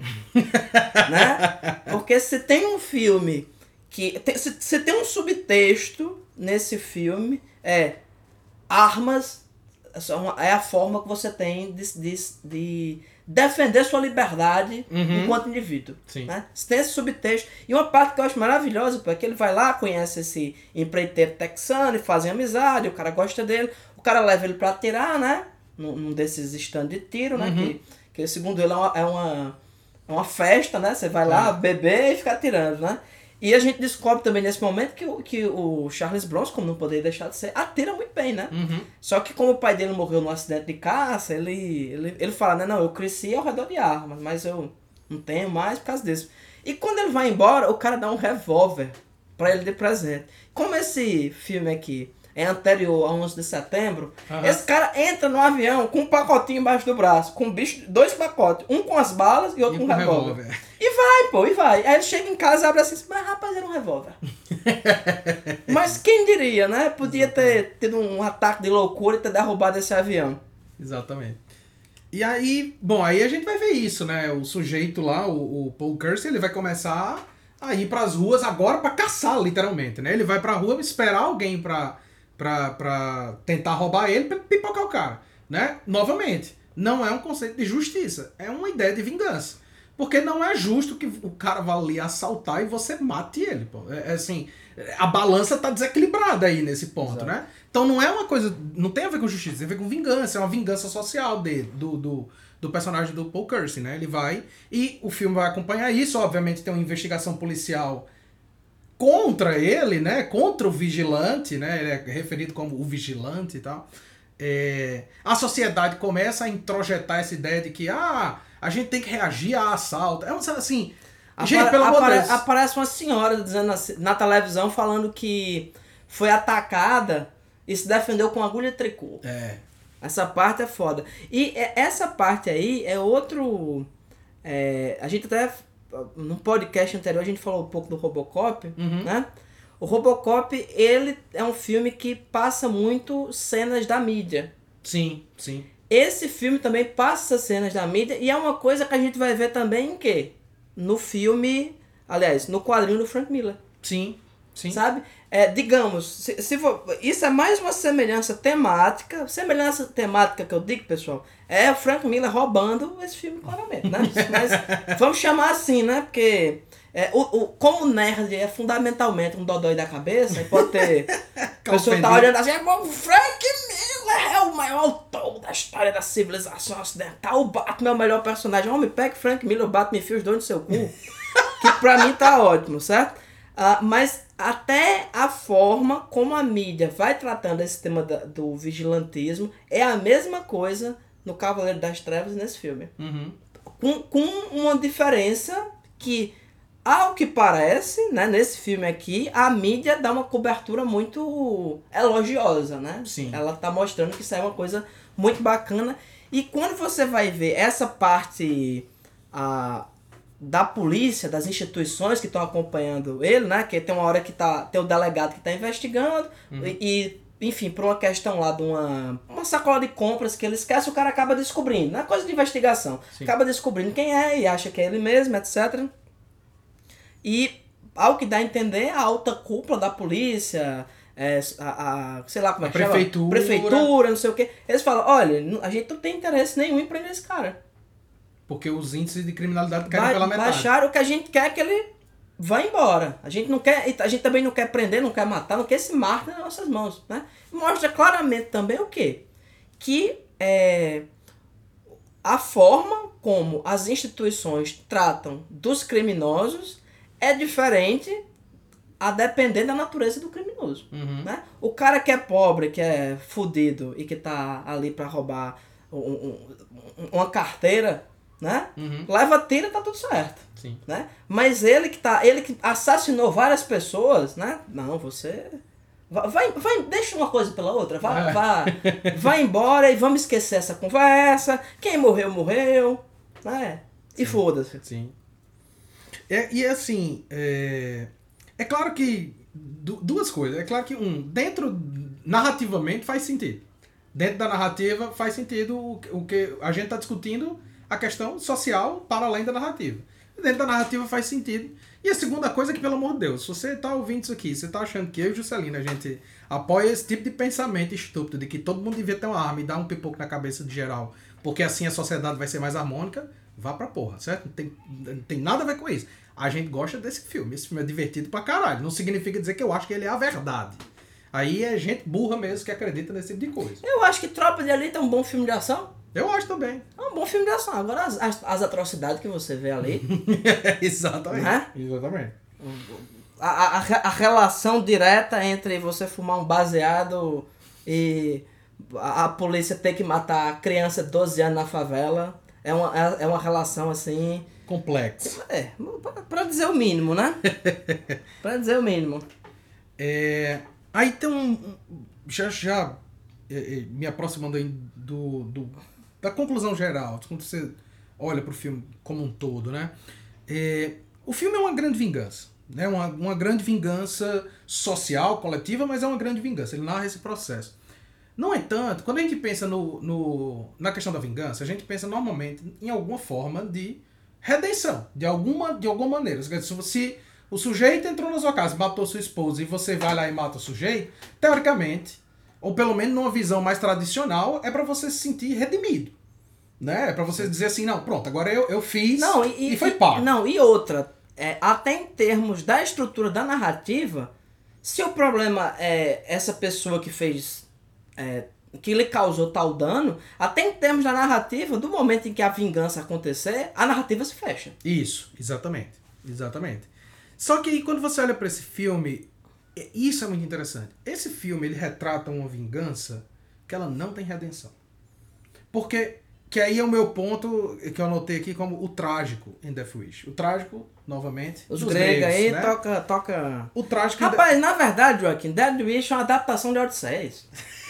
S1: Né? Porque se tem um filme que... tem- Se, se tem um subtexto nesse filme, é armas são- é a forma que você tem de, de, de defender sua liberdade
S2: Uhum.
S1: enquanto indivíduo.
S2: Sim.
S1: Né? Você tem esse subtexto. E uma parte que eu acho maravilhosa, pô, é que ele vai lá, conhece esse empreiteiro texano e fazem amizade, o cara gosta dele, o cara leva ele pra atirar, né? Num, num desses stands de tiro, né?
S2: Uhum.
S1: Que, que segundo ele é uma, é uma, é uma festa, né? Você vai lá
S2: É.
S1: beber e ficar atirando, né? E a gente descobre também nesse momento que, o- que o Charles Bronson, como não poderia deixar de ser, atira muito bem, né?
S2: Uhum.
S1: Só que como o pai dele morreu num acidente de caça, ele, ele, ele fala, né, não, eu cresci ao redor de armas, mas eu não tenho mais por causa disso. E quando ele vai embora, o cara dá um revólver pra ele de presente. Como esse filme aqui é anterior a onze de setembro,
S2: Aham.
S1: esse cara entra no avião com um pacotinho embaixo do braço, com um bicho, dois pacotes, um com as balas e outro
S2: E
S1: com
S2: com
S1: revólver.
S2: revólver.
S1: E vai, pô, e vai. Aí ele chega em casa e abre assim, mas rapaz, era um revólver. Mas quem diria, né? Podia ter tido um ataque de loucura e ter derrubado esse avião.
S2: Exatamente. E aí, bom, aí a gente vai ver isso, né? O sujeito lá, o, o Paul Kersey, ele vai começar a ir pras ruas agora pra caçar, literalmente, né? Ele vai pra rua esperar alguém pra, pra, pra tentar roubar ele, pra pipocar o cara, né? Novamente, não é um conceito de justiça, é uma ideia de vingança. Porque não é justo que o cara vá ali assaltar e você mate ele, pô. É, é assim, a balança tá desequilibrada aí nesse ponto,
S1: Exato.
S2: né? Então não é uma coisa, não tem a ver com justiça, tem a ver com vingança, é uma vingança social dele, do, do, do personagem do Paul Kersey, né? Ele vai, e o filme vai acompanhar isso, obviamente tem uma investigação policial contra ele, né? Contra o vigilante, né? Ele é referido como o vigilante e tal. É, a sociedade começa a introjetar essa ideia de que, ah, a gente tem que reagir a assalto. É assim, gente,
S1: Apare-
S2: pelo amor de
S1: apare-
S2: Deus.
S1: Aparece uma senhora dizendo assim, na televisão falando que foi atacada e se defendeu com agulha de tricô.
S2: É,
S1: Essa parte é foda. E é- essa parte aí é outro... é, a gente até... No podcast anterior a gente falou um pouco do Robocop,
S2: Uhum.
S1: né? O Robocop, ele é um filme que passa muito cenas da mídia.
S2: sim, sim.
S1: Esse filme também passa cenas da mídia e é uma coisa que a gente vai ver também em quê? No filme... Aliás, no quadrinho do Frank Miller.
S2: Sim, sim.
S1: Sabe? É, digamos, se, se for, isso é mais uma semelhança temática. Semelhança temática que eu digo, pessoal, é o Frank Miller roubando esse filme claramente, né? Mas vamos chamar assim, né? Porque é, o, o, como o nerd é fundamentalmente um dodói da cabeça, e pode ter... a pessoa tá olhando assim, o Frank Miller é o maior autor da história da civilização ocidental. O Batman é o melhor personagem. Homem, pega Frank Miller, o Batman enfia os dois no seu cu. Que pra mim tá ótimo, certo? Ah, mas até a forma como a mídia vai tratando esse tema da- do vigilantismo é a mesma coisa no Cavaleiro das Trevas nesse filme.
S2: Uhum.
S1: Com, com uma diferença que, ao que parece, né, nesse filme aqui, a mídia dá uma cobertura muito elogiosa, né?
S2: Sim.
S1: Ela tá mostrando que isso é uma coisa muito bacana. E quando você vai ver essa parte... a da polícia, das instituições que estão acompanhando ele, né? Que tem uma hora que tá, tem o delegado que está investigando
S2: Uhum.
S1: e, e, enfim, por uma questão lá de uma, uma sacola de compras que ele esquece, o cara acaba descobrindo, não é coisa de investigação,
S2: Sim.
S1: acaba descobrindo quem é e acha que é ele mesmo, etcétera. E, ao que dá a entender, a alta cúpula da polícia, é, a, a, sei lá como é
S2: A
S1: que chama?
S2: prefeitura.
S1: Prefeitura, não sei o quê, eles falam, olha, a gente não tem interesse nenhum em prender esse cara.
S2: Porque os índices de criminalidade caem
S1: Ba-
S2: pela metade.
S1: baixaram, o que a gente quer é que ele vá embora. A gente não quer, a gente também não quer prender, não quer matar, não quer esse marco nas nossas mãos, né? Mostra claramente também o quê? Que é, a forma como as instituições tratam dos criminosos é diferente a depender da natureza do criminoso.
S2: Uhum.
S1: Né? O cara que é pobre, que é fudido e que tá ali pra roubar um- um- um- uma carteira, né?
S2: Uhum.
S1: Leva tiro e tá tudo certo,
S2: Sim.
S1: né? Mas ele que tá, ele que assassinou várias pessoas, né? Não, você vai, vai, vai- deixa uma coisa pela outra, vai,
S2: É.
S1: vai, vai embora e vamos esquecer essa conversa. Quem morreu morreu, né? E foda-se.
S2: Sim. É, e assim, é, é claro que du- duas coisas. É claro que, um, dentro, narrativamente faz sentido. Dentro da narrativa faz sentido o, que- o que a gente está discutindo, a questão social para além da narrativa. Dentro da narrativa faz sentido. E a segunda coisa é que, pelo amor de Deus, se você está ouvindo isso aqui, você está achando que eu e Juscelino, a gente apoia esse tipo de pensamento estúpido de que todo mundo devia ter uma arma e dar um pipoco na cabeça de geral, porque assim a sociedade vai ser mais harmônica, vá pra porra, certo? Não tem, não tem nada a ver com isso. A gente gosta desse filme, esse filme é divertido pra caralho. Não significa dizer que eu acho que ele é a verdade. Aí é gente burra mesmo que acredita nesse tipo de coisa.
S1: Eu acho que Tropa de Elite é um bom filme de ação.
S2: Eu acho também.
S1: É um bom filme de ação. Agora, as, as, as atrocidades que você vê ali,
S2: Exatamente.
S1: né?
S2: Exatamente.
S1: A, a, a relação direta entre você fumar um baseado e a, a polícia ter que matar a criança de doze anos na favela, é uma, é, é uma relação assim...
S2: Complexo.
S1: É, pra, pra dizer o mínimo, né? Pra dizer o mínimo.
S2: É, aí tem um... um- Já, já é, é, me aproximando aí do, do, da conclusão geral, quando você olha pro filme como um todo, né? É, o filme é uma grande vingança. Né? Uma, uma grande vingança social, coletiva, mas é uma grande vingança. Ele narra esse processo. No entanto, quando a gente pensa no, no, na questão da vingança, a gente pensa normalmente em alguma forma de redenção, de alguma, de alguma maneira. Se você, o sujeito entrou na sua casa, matou sua esposa e você vai lá e mata o sujeito, teoricamente, ou pelo menos numa visão mais tradicional, é para você se sentir redimido. Né? É para você dizer assim, não, pronto, agora eu, eu fiz
S1: Não,
S2: e,
S1: e,
S2: foi
S1: e-
S2: pago.
S1: Não, e outra, é, até em termos da estrutura da narrativa, se o problema é essa pessoa que fez, é, que lhe causou tal dano, até em termos da narrativa, do momento em que a vingança acontecer, a narrativa se fecha.
S2: Isso, exatamente. Exatamente. Só que aí quando você olha para esse filme, é- isso é muito interessante. Esse filme, ele retrata uma vingança que ela não tem redenção. Porque, que aí é o meu ponto que eu anotei aqui como o trágico em Death Wish. O trágico, novamente,
S1: Os
S2: dos
S1: gregos aí
S2: né?
S1: toca, toca...
S2: O trágico... em
S1: Rapaz, na verdade, Joaquim, Dead Wish é uma adaptação de Odisseia.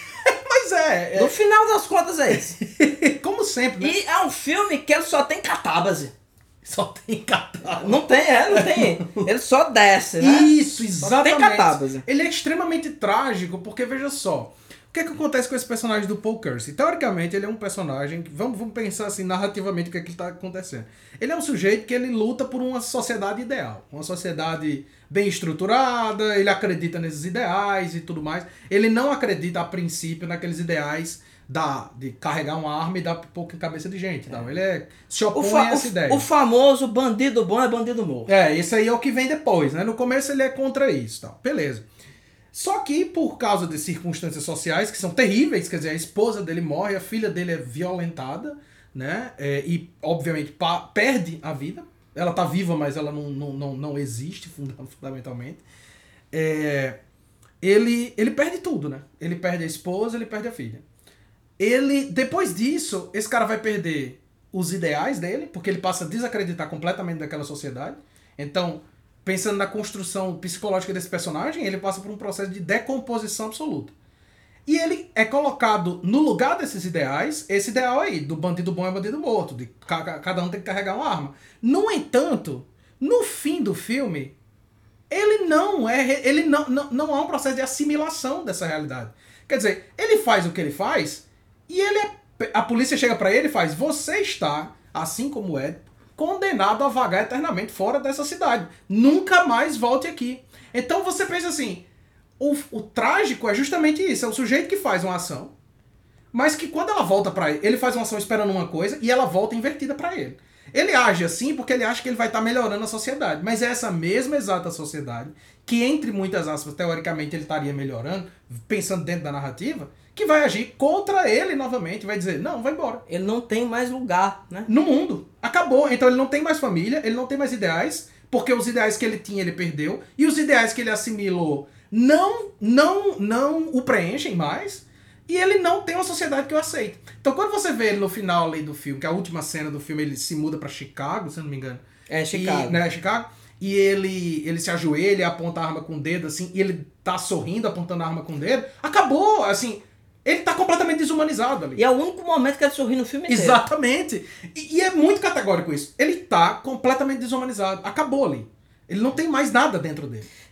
S2: Mas é,
S1: No final das contas é isso.
S2: é como sempre, né?
S1: E é um filme que ele só tem catábase.
S2: Só tem catálogo.
S1: Não tem, é, não tem. Ele só desce, né?
S2: Isso,
S1: Só tem
S2: exatamente.
S1: catábase.
S2: Ele é extremamente trágico, porque veja só, o que é que acontece com esse personagem do Paul Kersey? Teoricamente, ele é um personagem, que- vamos, vamos pensar assim, narrativamente, o que é que está acontecendo. Ele é um sujeito que ele luta por uma sociedade ideal, uma sociedade bem estruturada, ele acredita nesses ideais e tudo mais. Ele não acredita, a princípio, naqueles ideais da, de carregar uma arma e dar pipoca em cabeça de gente. Não. Ele é, se
S1: O,
S2: opõe
S1: fa-
S2: a essa
S1: o-
S2: ideia.
S1: o famoso bandido bom é bandido morto.
S2: É, isso aí é o que vem depois, né? No começo ele é contra isso, tal. Beleza. Só que por causa de circunstâncias sociais que são terríveis, quer dizer, a esposa dele morre, a filha dele é violentada, né? É, e obviamente pa- perde a vida. Ela tá viva, mas ela não, não, não, não existe funda- fundamentalmente. É, ele, ele perde tudo, né? Ele perde a esposa, ele perde a filha. Ele, depois disso, esse cara vai perder os ideais dele, porque ele passa a desacreditar completamente daquela sociedade. Então, pensando na construção psicológica desse personagem, ele passa por um processo de decomposição absoluta. E ele é colocado no lugar desses ideais, esse ideal aí, do bandido bom é bandido morto, de ca- ca- cada um tem que carregar uma arma. No entanto, no fim do filme, ele não é, re- ele não, não, não há um processo de assimilação dessa realidade. Quer dizer, ele faz o que ele faz e ele é, a polícia chega pra ele e faz: você está, assim como o Édipo, condenado a vagar eternamente fora dessa cidade. Nunca mais volte aqui. Então você pensa assim, o, o trágico é justamente isso, é o sujeito que faz uma ação, mas que quando ela volta pra ele, ele faz uma ação esperando uma coisa e ela volta invertida pra ele. Ele age assim porque ele acha que ele vai estar melhorando a sociedade, mas é essa mesma exata sociedade, que entre muitas aspas, teoricamente ele estaria melhorando, pensando dentro da narrativa, que vai agir contra ele novamente, vai dizer: não, vai embora.
S1: Ele não tem mais lugar, né?
S2: No mundo. Acabou. Então ele não tem mais família, ele não tem mais ideais, porque os ideais que ele tinha ele perdeu, e os ideais que ele assimilou não, não, não o preenchem mais, e ele não tem uma sociedade que o aceita. Então quando você vê ele no final ali do filme, que é a última cena do filme, ele se muda pra Chicago, se eu não me engano.
S1: É, Chicago.
S2: E, né, Chicago. E ele, ele se ajoelha, aponta a arma com o dedo, assim, e ele tá sorrindo, apontando a arma com o dedo. Acabou, assim, ele tá completamente desumanizado ali.
S1: E é o único momento que ele sorri no filme inteiro.
S2: Exatamente. E, e é muito categórico isso. Ele tá completamente desumanizado. Acabou ali. Ele não tem mais nada dentro dele.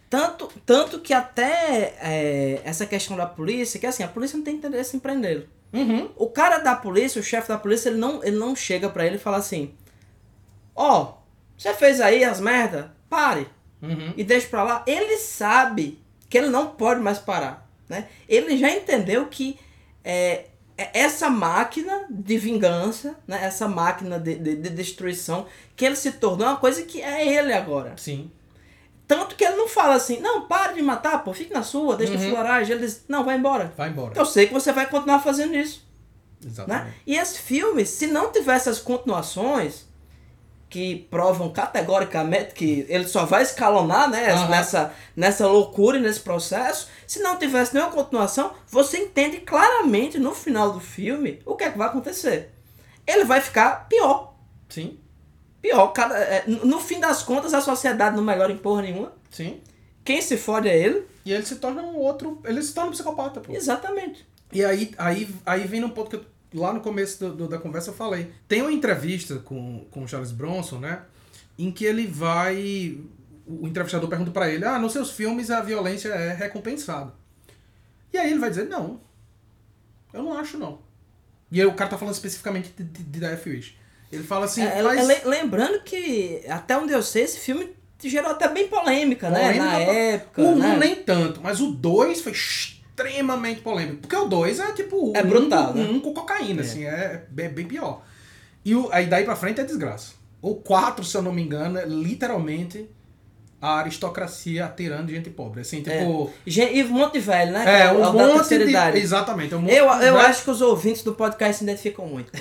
S1: Tanto, tanto que até é, essa questão da polícia, que assim, a polícia não tem interesse em prendê-lo.
S2: Uhum.
S1: O cara da polícia, o chefe da polícia, ele não, ele não chega pra ele e fala assim, ó, oh, você fez aí as merda? Pare.
S2: Uhum.
S1: E deixa pra lá. Ele sabe que ele não pode mais parar, né? Ele já entendeu que é, essa máquina de vingança, né? Essa máquina de, de, de destruição, que ele se tornou uma coisa que é ele agora.
S2: Sim.
S1: Tanto que ele não fala assim, não, para de matar, pô, fique na sua, deixa
S2: Uhum.
S1: de fularagem. Ele diz, não, vai embora.
S2: Vai embora.
S1: Eu sei que você vai continuar fazendo isso.
S2: Exatamente.
S1: Né? E esse filme, se não tivesse as continuações, que provam categoricamente que ele só vai escalonar, né,
S2: Uhum.
S1: nessa, nessa loucura e nesse processo, se não tivesse nenhuma continuação, você entende claramente no final do filme o que é que vai acontecer. Ele vai ficar pior.
S2: Sim.
S1: Pior. Cada, é, no fim das contas, a sociedade não melhora em porra nenhuma.
S2: Sim.
S1: Quem se fode é ele.
S2: E ele se torna um outro... Ele se torna um psicopata, pô.
S1: Exatamente.
S2: E aí, aí, aí vem num ponto que eu, lá no começo do, do, da conversa eu falei. Tem uma entrevista com, com o Charles Bronson, né? Em que ele vai... O entrevistador pergunta pra ele, ah, nos seus filmes a violência é recompensada. E aí ele vai dizer, não. Eu não acho, não. E aí o cara tá falando especificamente de, de, de Death Wish. Ele fala assim,
S1: É,
S2: mas...
S1: é, lembrando que, até onde eu sei, esse filme gerou até bem polêmica, né?
S2: Polêmica
S1: Na
S2: pra-
S1: época.
S2: O um
S1: né?
S2: nem tanto, mas o dois foi extremamente polêmico. Porque o dois é tipo...
S1: É
S2: um
S1: brutal,
S2: com,
S1: né?
S2: um com cocaína,
S1: É.
S2: assim, é bem, bem pior. E o, aí daí pra frente é desgraça. O quatro, se eu não me engano, é literalmente a aristocracia atirando gente pobre. Assim, tipo...
S1: Gen- E um monte de velho, né?
S2: É,
S1: Que
S2: um
S1: o da
S2: monte
S1: terceira
S2: de...
S1: idade.
S2: Exatamente. Um monte
S1: Eu,
S2: de
S1: eu
S2: velho-
S1: acho que os ouvintes do podcast se identificam muito.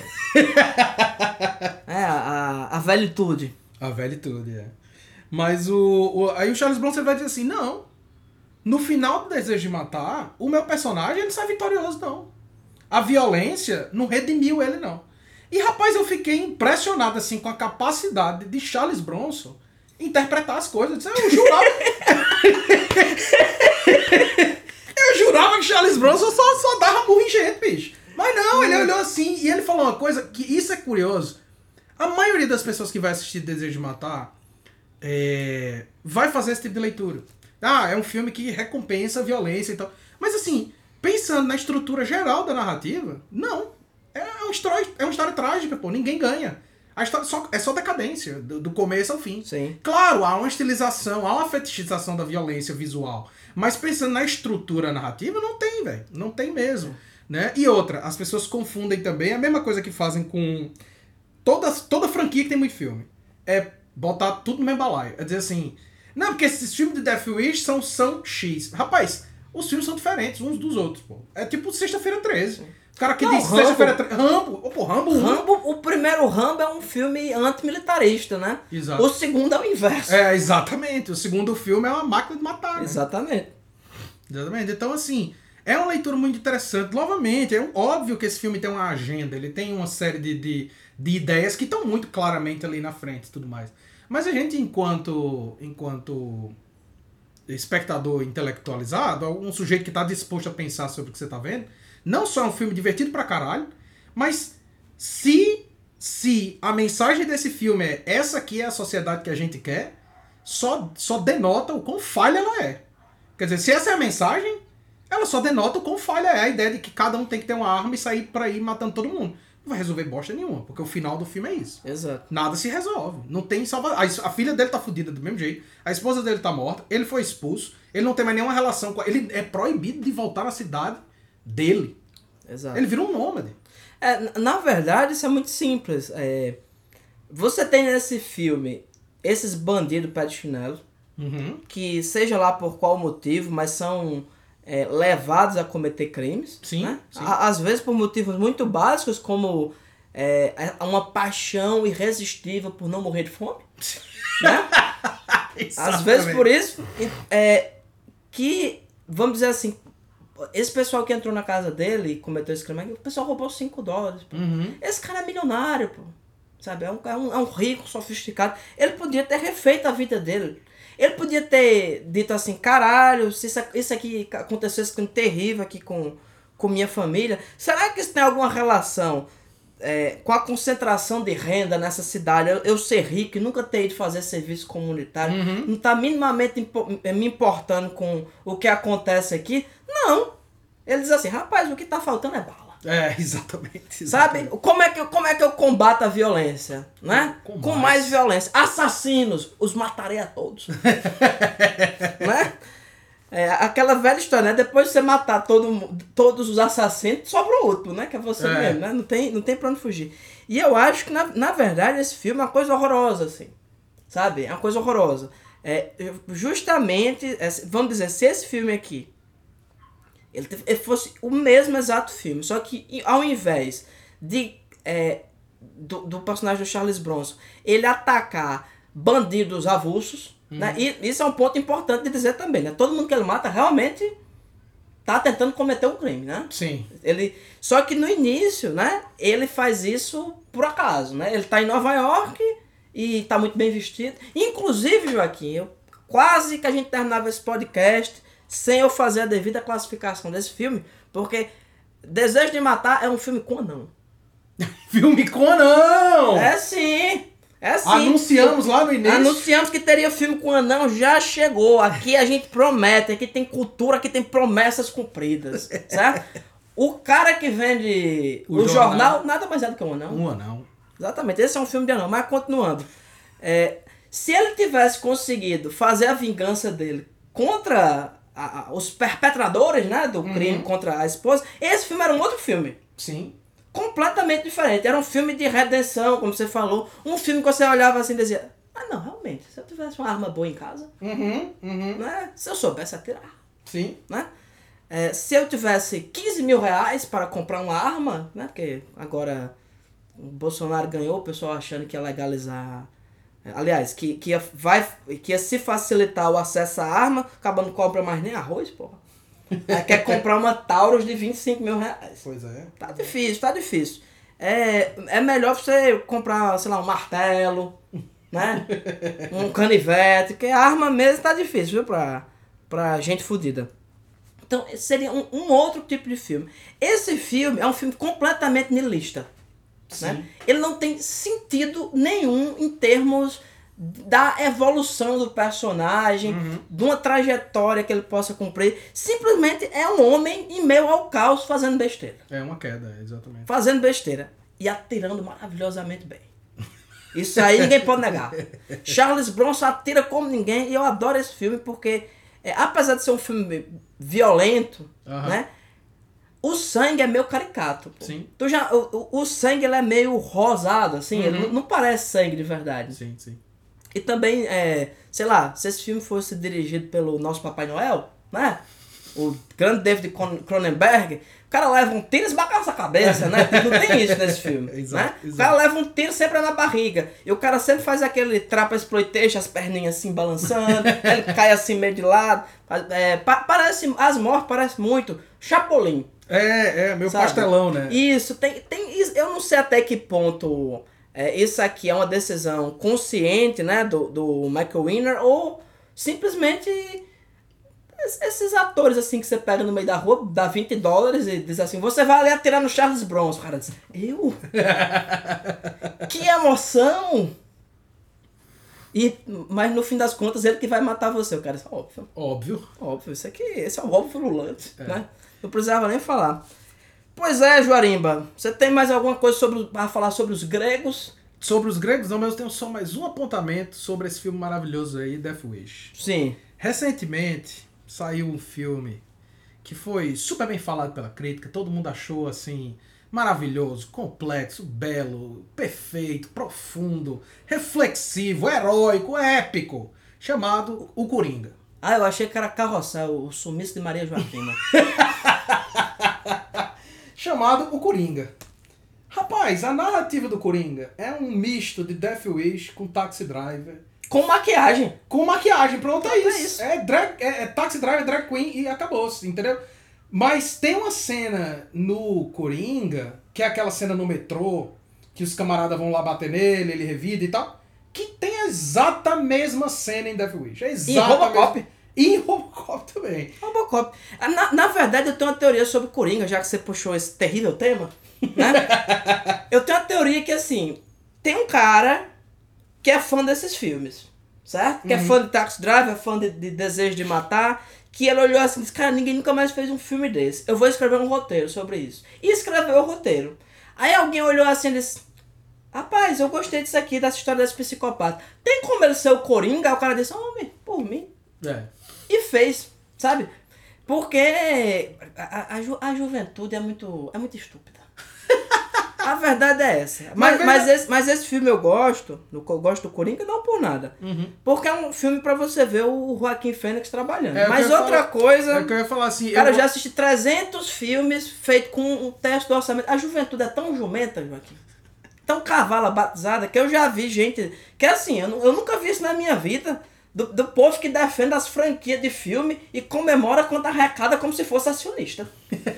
S1: É, a, a, a velhitude.
S2: A velhitude, é. Mas o, o... Aí o Charles Bronson vai dizer assim, não. No final do Desejo de Matar, o meu personagem ele não sai vitorioso, não. A violência não redimiu ele, não. E, rapaz, eu fiquei impressionado, assim, com a capacidade de Charles Bronson interpretar as coisas. Eu jurava... eu jurava que Charles Bronson só, só dava murro em gente, bicho. Mas não, ele olhou assim e ele falou uma coisa que isso é curioso. A maioria das pessoas que vai assistir Desejo de Matar é, vai fazer esse tipo de leitura. Ah, é um filme que recompensa a violência e tal. Mas assim, pensando na estrutura geral da narrativa, não. É uma história, é uma história trágica, pô. Ninguém ganha. A história só, é só decadência, do, do começo ao fim.
S1: Sim.
S2: Claro, há uma estilização, há uma fetichização da violência visual. Mas pensando na estrutura narrativa, não tem, velho. Não tem mesmo. Né? E outra, as pessoas confundem também a mesma coisa que fazem com toda, toda franquia que tem muito filme. É botar tudo no mesmo balaio. É dizer assim, não, porque esses filmes de Death Wish são, são X. Rapaz, os filmes são diferentes uns dos outros, pô. É tipo Sexta-feira treze. O cara que
S1: Não,
S2: diz
S1: Rambo.
S2: Sexta-feira treze... Rambo. Oh, pô, Rambo um.
S1: Rambo, o primeiro Rambo é um filme antimilitarista, né?
S2: Exato.
S1: O segundo é o inverso.
S2: É, exatamente. O segundo filme é uma máquina de matar, né?
S1: Exatamente.
S2: Exatamente. Então, assim, é uma leitura muito interessante. Novamente, é um, óbvio que esse filme tem uma agenda, ele tem uma série de, de, de ideias que estão muito claramente ali na frente e tudo mais. Mas a gente, enquanto, enquanto espectador intelectualizado, um sujeito que está disposto a pensar sobre o que você está vendo, não só é um filme divertido pra caralho, mas se, se a mensagem desse filme é essa aqui é a sociedade que a gente quer, só, só denota o quão falha ela é. Quer dizer, se essa é a mensagem, ela só denota o quão falha é a ideia de que cada um tem que ter uma arma e sair por aí matando todo mundo. Não vai resolver bosta nenhuma, porque o final do filme é isso.
S1: Exato.
S2: Nada se resolve. Não tem salvação. A filha dele tá fodida do mesmo jeito, a esposa dele tá morta, ele foi expulso, ele não tem mais nenhuma relação com... Ele é proibido de voltar na cidade dele.
S1: Exato.
S2: Ele virou um nômade.
S1: É, na verdade, isso é muito simples. É, você tem nesse filme esses bandidos pé de chinelo,
S2: Uhum.
S1: que seja lá por qual motivo, mas são é, levados a cometer crimes.
S2: Sim,
S1: né?
S2: sim.
S1: À- Às vezes por motivos muito básicos, como é, uma paixão irresistível por não morrer de fome. Né? Às vezes por isso, é, que, vamos dizer assim, esse pessoal que entrou na casa dele e cometeu esse crime, o pessoal roubou cinco dólares. Pô.
S2: Uhum.
S1: Esse cara é milionário, pô. Sabe? É um, é, um, é um rico, sofisticado. Ele podia ter refeito a vida dele. Ele podia ter dito assim, caralho, se isso, isso aqui aconteceu, esse crime terrível aqui com, com minha família, será que isso tem alguma relação é, com a concentração de renda nessa cidade, eu, eu ser rico e nunca ter ido fazer serviço comunitário,
S2: Uhum.
S1: não tá minimamente impo- me importando com o que acontece aqui, não. Ele diz assim, rapaz, o que tá faltando é bala.
S2: É, exatamente.
S1: Sabe?
S2: exatamente.
S1: Como é, que, eu- como é que eu combato a violência? Né?
S2: Com
S1: Com
S2: mais.
S1: mais violência. Assassinos, os matarei a todos. Né? É, aquela velha história, né? Depois de você matar todo, mu- todos os assassinos, sobra o outro, né? Que é você
S2: É.
S1: mesmo, né? Não tem, não tem pra onde fugir. E eu acho que, na, na verdade, esse filme é uma coisa horrorosa, assim. Sabe? É uma coisa horrorosa. É, eu- justamente, é, vamos dizer, se esse filme aqui ele, te- ele fosse o mesmo exato filme, só que e- ao invés de é, do, do personagem do Charles Bronson, ele atacar bandidos avulsos, né? E isso é um ponto importante de dizer também, né? Todo mundo que ele mata realmente tá tentando cometer um crime, né?
S2: Sim.
S1: Ele, só que no início, né, ele faz isso por acaso, né? Ele tá em Nova York e tá muito bem vestido. Inclusive, Joaquim, eu, quase que a gente terminava esse podcast sem eu fazer a devida classificação desse filme, porque Desejo de Matar é um filme com anão.
S2: Filme com anão!
S1: É sim, é sim.
S2: Anunciamos lá no início.
S1: Anunciamos que teria filme com anão, já chegou. Aqui a gente promete, aqui tem cultura, aqui tem promessas cumpridas, certo? O cara que vende
S2: O
S1: o, jornal,
S2: jornal.
S1: nada mais é do que um anão.
S2: Um anão.
S1: Exatamente, esse é um filme de anão. Mas continuando, é, se ele tivesse conseguido fazer a vingança dele contra a- a- os perpetradores, né, do crime contra a esposa, esse filme era um outro filme.
S2: Sim.
S1: Completamente diferente. Era um filme de redenção, como você falou. Um filme que você olhava assim e dizia, ah não, realmente, se eu tivesse uma arma boa em casa,
S2: Uhum, uhum.
S1: né, se eu soubesse atirar,
S2: Sim.
S1: né? É, se eu tivesse quinze mil reais para comprar uma arma, né? Porque agora o Bolsonaro ganhou, o pessoal achando que ia legalizar. Aliás, que, que, ia, vai, que ia se facilitar o acesso à arma, acaba não compra mais nem arroz, porra. É, quer comprar uma Taurus de vinte e cinco mil reais.
S2: Pois é.
S1: Tá difícil, tá difícil. É, é melhor você comprar, sei lá, um martelo, né? Um canivete, porque a arma mesmo tá difícil, viu? Pra, pra gente fodida. Então, seria um, um outro tipo de filme. Esse filme é um filme completamente niilista. Né? Ele não tem sentido nenhum em termos da evolução do personagem,
S2: Uhum.
S1: de uma trajetória que ele possa cumprir. Simplesmente é um homem em meio ao caos fazendo besteira.
S2: É uma queda, exatamente.
S1: Fazendo besteira. E atirando maravilhosamente bem. Isso aí ninguém pode negar. Charles Bronson atira como ninguém e eu adoro esse filme porque, é, apesar de ser um filme violento,
S2: Aham.
S1: né? O sangue é meio caricato. Pô.
S2: Sim.
S1: Tu já, o, o, o sangue ele é meio rosado, assim, ele não, não parece sangue de verdade.
S2: Sim, sim.
S1: E também, é, sei lá, se esse filme fosse dirigido pelo nosso Papai Noel, né? O grande David Cron- Cronenberg, o cara leva um tiro e esbagaça a cabeça, né? Não tem isso nesse filme,
S2: Exato,
S1: né? O
S2: exato.
S1: cara leva um tiro sempre na barriga. E o cara sempre faz aquele trapa exploitation, as perninhas assim balançando, ele cai assim meio de lado. É, pa- parece, as mortes parecem muito Chapolin.
S2: É, é, meu
S1: Sabe?
S2: pastelão, né?
S1: Isso, tem, tem isso, eu não sei até que ponto é, isso aqui é uma decisão consciente, né, do, do Michael Winner, ou simplesmente es- esses atores assim que você pega no meio da rua, dá vinte dólares e diz assim, você vai ali atirar no Charles Bronson. O cara diz, eu? Que emoção! E, mas no fim das contas ele que vai matar você. O cara diz, óbvio.
S2: Óbvio.
S1: Óbvio, isso aqui, esse é o óbvio fululante, né? Não precisava nem falar. Pois é, Juarimba, você tem mais alguma coisa sobre, para falar sobre os gregos?
S2: Sobre os gregos, não, mas eu tenho só mais um apontamento sobre esse filme maravilhoso aí, Death Wish.
S1: Sim.
S2: Recentemente saiu um filme que foi super bem falado pela crítica, todo mundo achou assim maravilhoso, complexo, belo, perfeito, profundo, reflexivo, heróico, épico, chamado O Coringa.
S1: Ah, eu achei que era Carrossel, o sumiço de Maria Joaquina.
S2: Chamado O Coringa. Rapaz, a narrativa do Coringa é um misto de Death Wish com Taxi Driver.
S1: Com maquiagem.
S2: Com maquiagem, pronto, é
S1: Pronto, é
S2: isso.
S1: isso.
S2: É, drag, é, é Taxi Driver, Drag Queen e acabou-se, entendeu? Mas tem uma cena no Coringa, que é aquela cena no metrô, que os camaradas vão lá bater nele, ele revida e tal, que tem a exata mesma cena em Death Wish. É
S1: E
S2: exata
S1: Robocop.
S2: mesma- E em Robocop também.
S1: Robocop. Na, na verdade, eu tenho uma teoria sobre o Coringa, já que você puxou esse terrível tema. né? Eu tenho a teoria que, assim, tem um cara que é fã desses filmes, certo? Que uhum. é fã de Taxi Driver, é fã de, de Desejo de Matar, que ele olhou assim e disse, cara, ninguém nunca mais fez um filme desse. Eu vou escrever um roteiro sobre isso. E escreveu o roteiro. Aí alguém olhou assim e disse, rapaz, eu gostei disso aqui, dessa história desse psicopata. Tem como ele ser o Coringa? Aí o cara disse, homem, por mim.
S2: É.
S1: E fez, sabe? Porque a, a, ju, a juventude é muito, é muito estúpida. A verdade é essa. Mas, mas, mas, esse, mas esse filme eu gosto, eu gosto do Coringa não por nada. Uhum. Porque é um filme pra você ver o Joaquim Fênix trabalhando. É, mas outra falar, coisa...
S2: É que eu ia falar assim...
S1: Cara, eu,
S2: eu
S1: já assisti trezentos filmes feitos com um teste do orçamento. A juventude é tão jumenta, Joaquim. Tão cavala batizada, que eu já vi gente... Que assim, eu, eu nunca vi isso na minha vida... Do, do povo que defende as franquias de filme e comemora quando arrecada como se fosse acionista.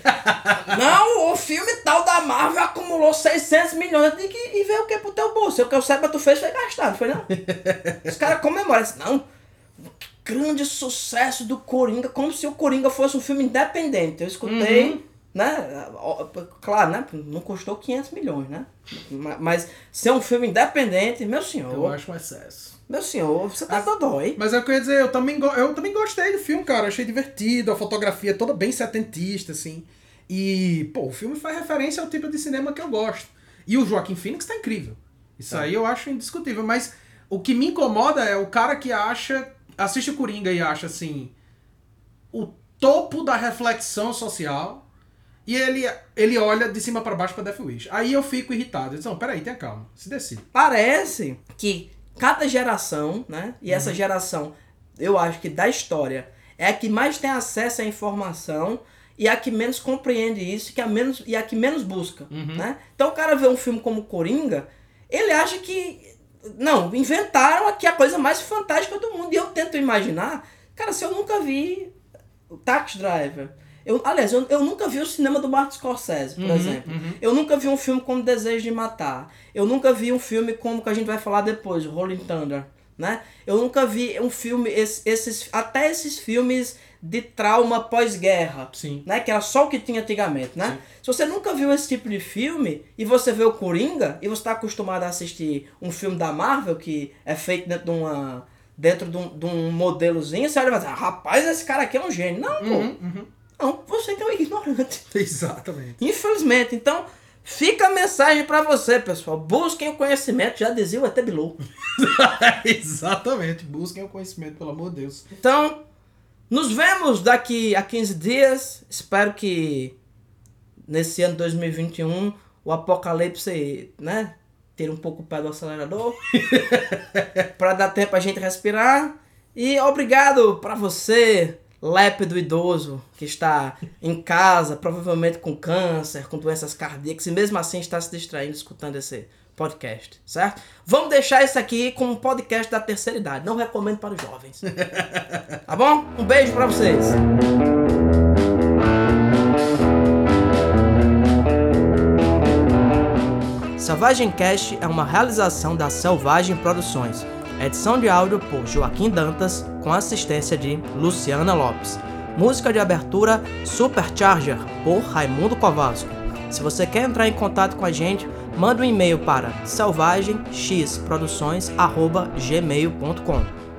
S1: Não, o filme tal da Marvel acumulou seiscentos milhões de que, e veio o que pro teu bolso? O que eu saiba tu fez foi gastado, foi não? Os caras comemoram, não, grande sucesso do Coringa, como se o Coringa fosse um filme independente. Eu escutei, uhum. né, claro, né, não custou quinhentos milhões, né? Mas ser um filme independente, meu senhor...
S2: Eu acho um excesso.
S1: Meu senhor, você tá dodói.
S2: Mas é o que eu ia dizer, eu também, go- eu também gostei do filme, cara. Achei divertido, a fotografia toda bem setentista, assim. E, pô, o filme faz referência ao tipo de cinema que eu gosto. E o Joaquim Phoenix tá incrível. Isso é. aí eu acho indiscutível. Mas o que me incomoda é o cara que acha... Assiste o Coringa e acha, assim... O topo da reflexão social... E ele, ele olha de cima pra baixo pra Death Wish. Aí eu fico irritado. Eu digo, não, peraí, tenha calma. Se decide.
S1: Parece que... Cada geração, né? E uhum. essa geração, eu acho que da história, é a que mais tem acesso à informação e a que menos compreende isso que a menos, e a que menos busca, uhum. né? Então o cara vê um filme como Coringa, ele acha que... Não, inventaram aqui a coisa mais fantástica do mundo. E eu tento imaginar... Cara, se eu nunca vi o Taxi Driver... Eu, aliás, eu, eu nunca vi o cinema do Martin Scorsese, por uhum, exemplo. Uhum. Eu nunca vi um filme como Desejo de Matar. Eu nunca vi um filme como que a gente vai falar depois, o Rolling Thunder, né? Eu nunca vi um filme, esses, esses, até esses filmes de trauma pós-guerra,
S2: Sim.
S1: né? Que era só o que tinha antigamente, né? Sim. Se você nunca viu esse tipo de filme e você vê o Coringa e você está acostumado a assistir um filme da Marvel que é feito dentro de uma dentro de um, de um modelozinho, você olha e vai dizer, rapaz, esse cara aqui é um gênio. Não, pô.
S2: Uhum, uhum.
S1: Não, você que é um ignorante.
S2: Exatamente.
S1: Infelizmente. Então, fica a mensagem pra você, pessoal. Busquem o conhecimento, já dizia o E T Bilu.
S2: Exatamente. Busquem o conhecimento, pelo amor de Deus.
S1: Então, nos vemos daqui a quinze dias. Espero que nesse ano dois mil e vinte e um o apocalipse, né, tire um pouco o pé do acelerador. Pra dar tempo a gente respirar. E obrigado pra você... lépido idoso que está em casa, provavelmente com câncer, com doenças cardíacas, e mesmo assim está se distraindo escutando esse podcast, certo? Vamos deixar isso aqui como um podcast da terceira idade, não recomendo para os jovens. Tá bom? Um beijo para vocês. Selvagem Cast é uma realização da Selvagem Produções. Edição de áudio por Joaquim Dantas, com assistência de Luciana Lopes. Música de abertura Supercharger, por Raimundo Kowalski. Se você quer entrar em contato com a gente, manda um e-mail para selvagem x produções arroba gmail ponto com.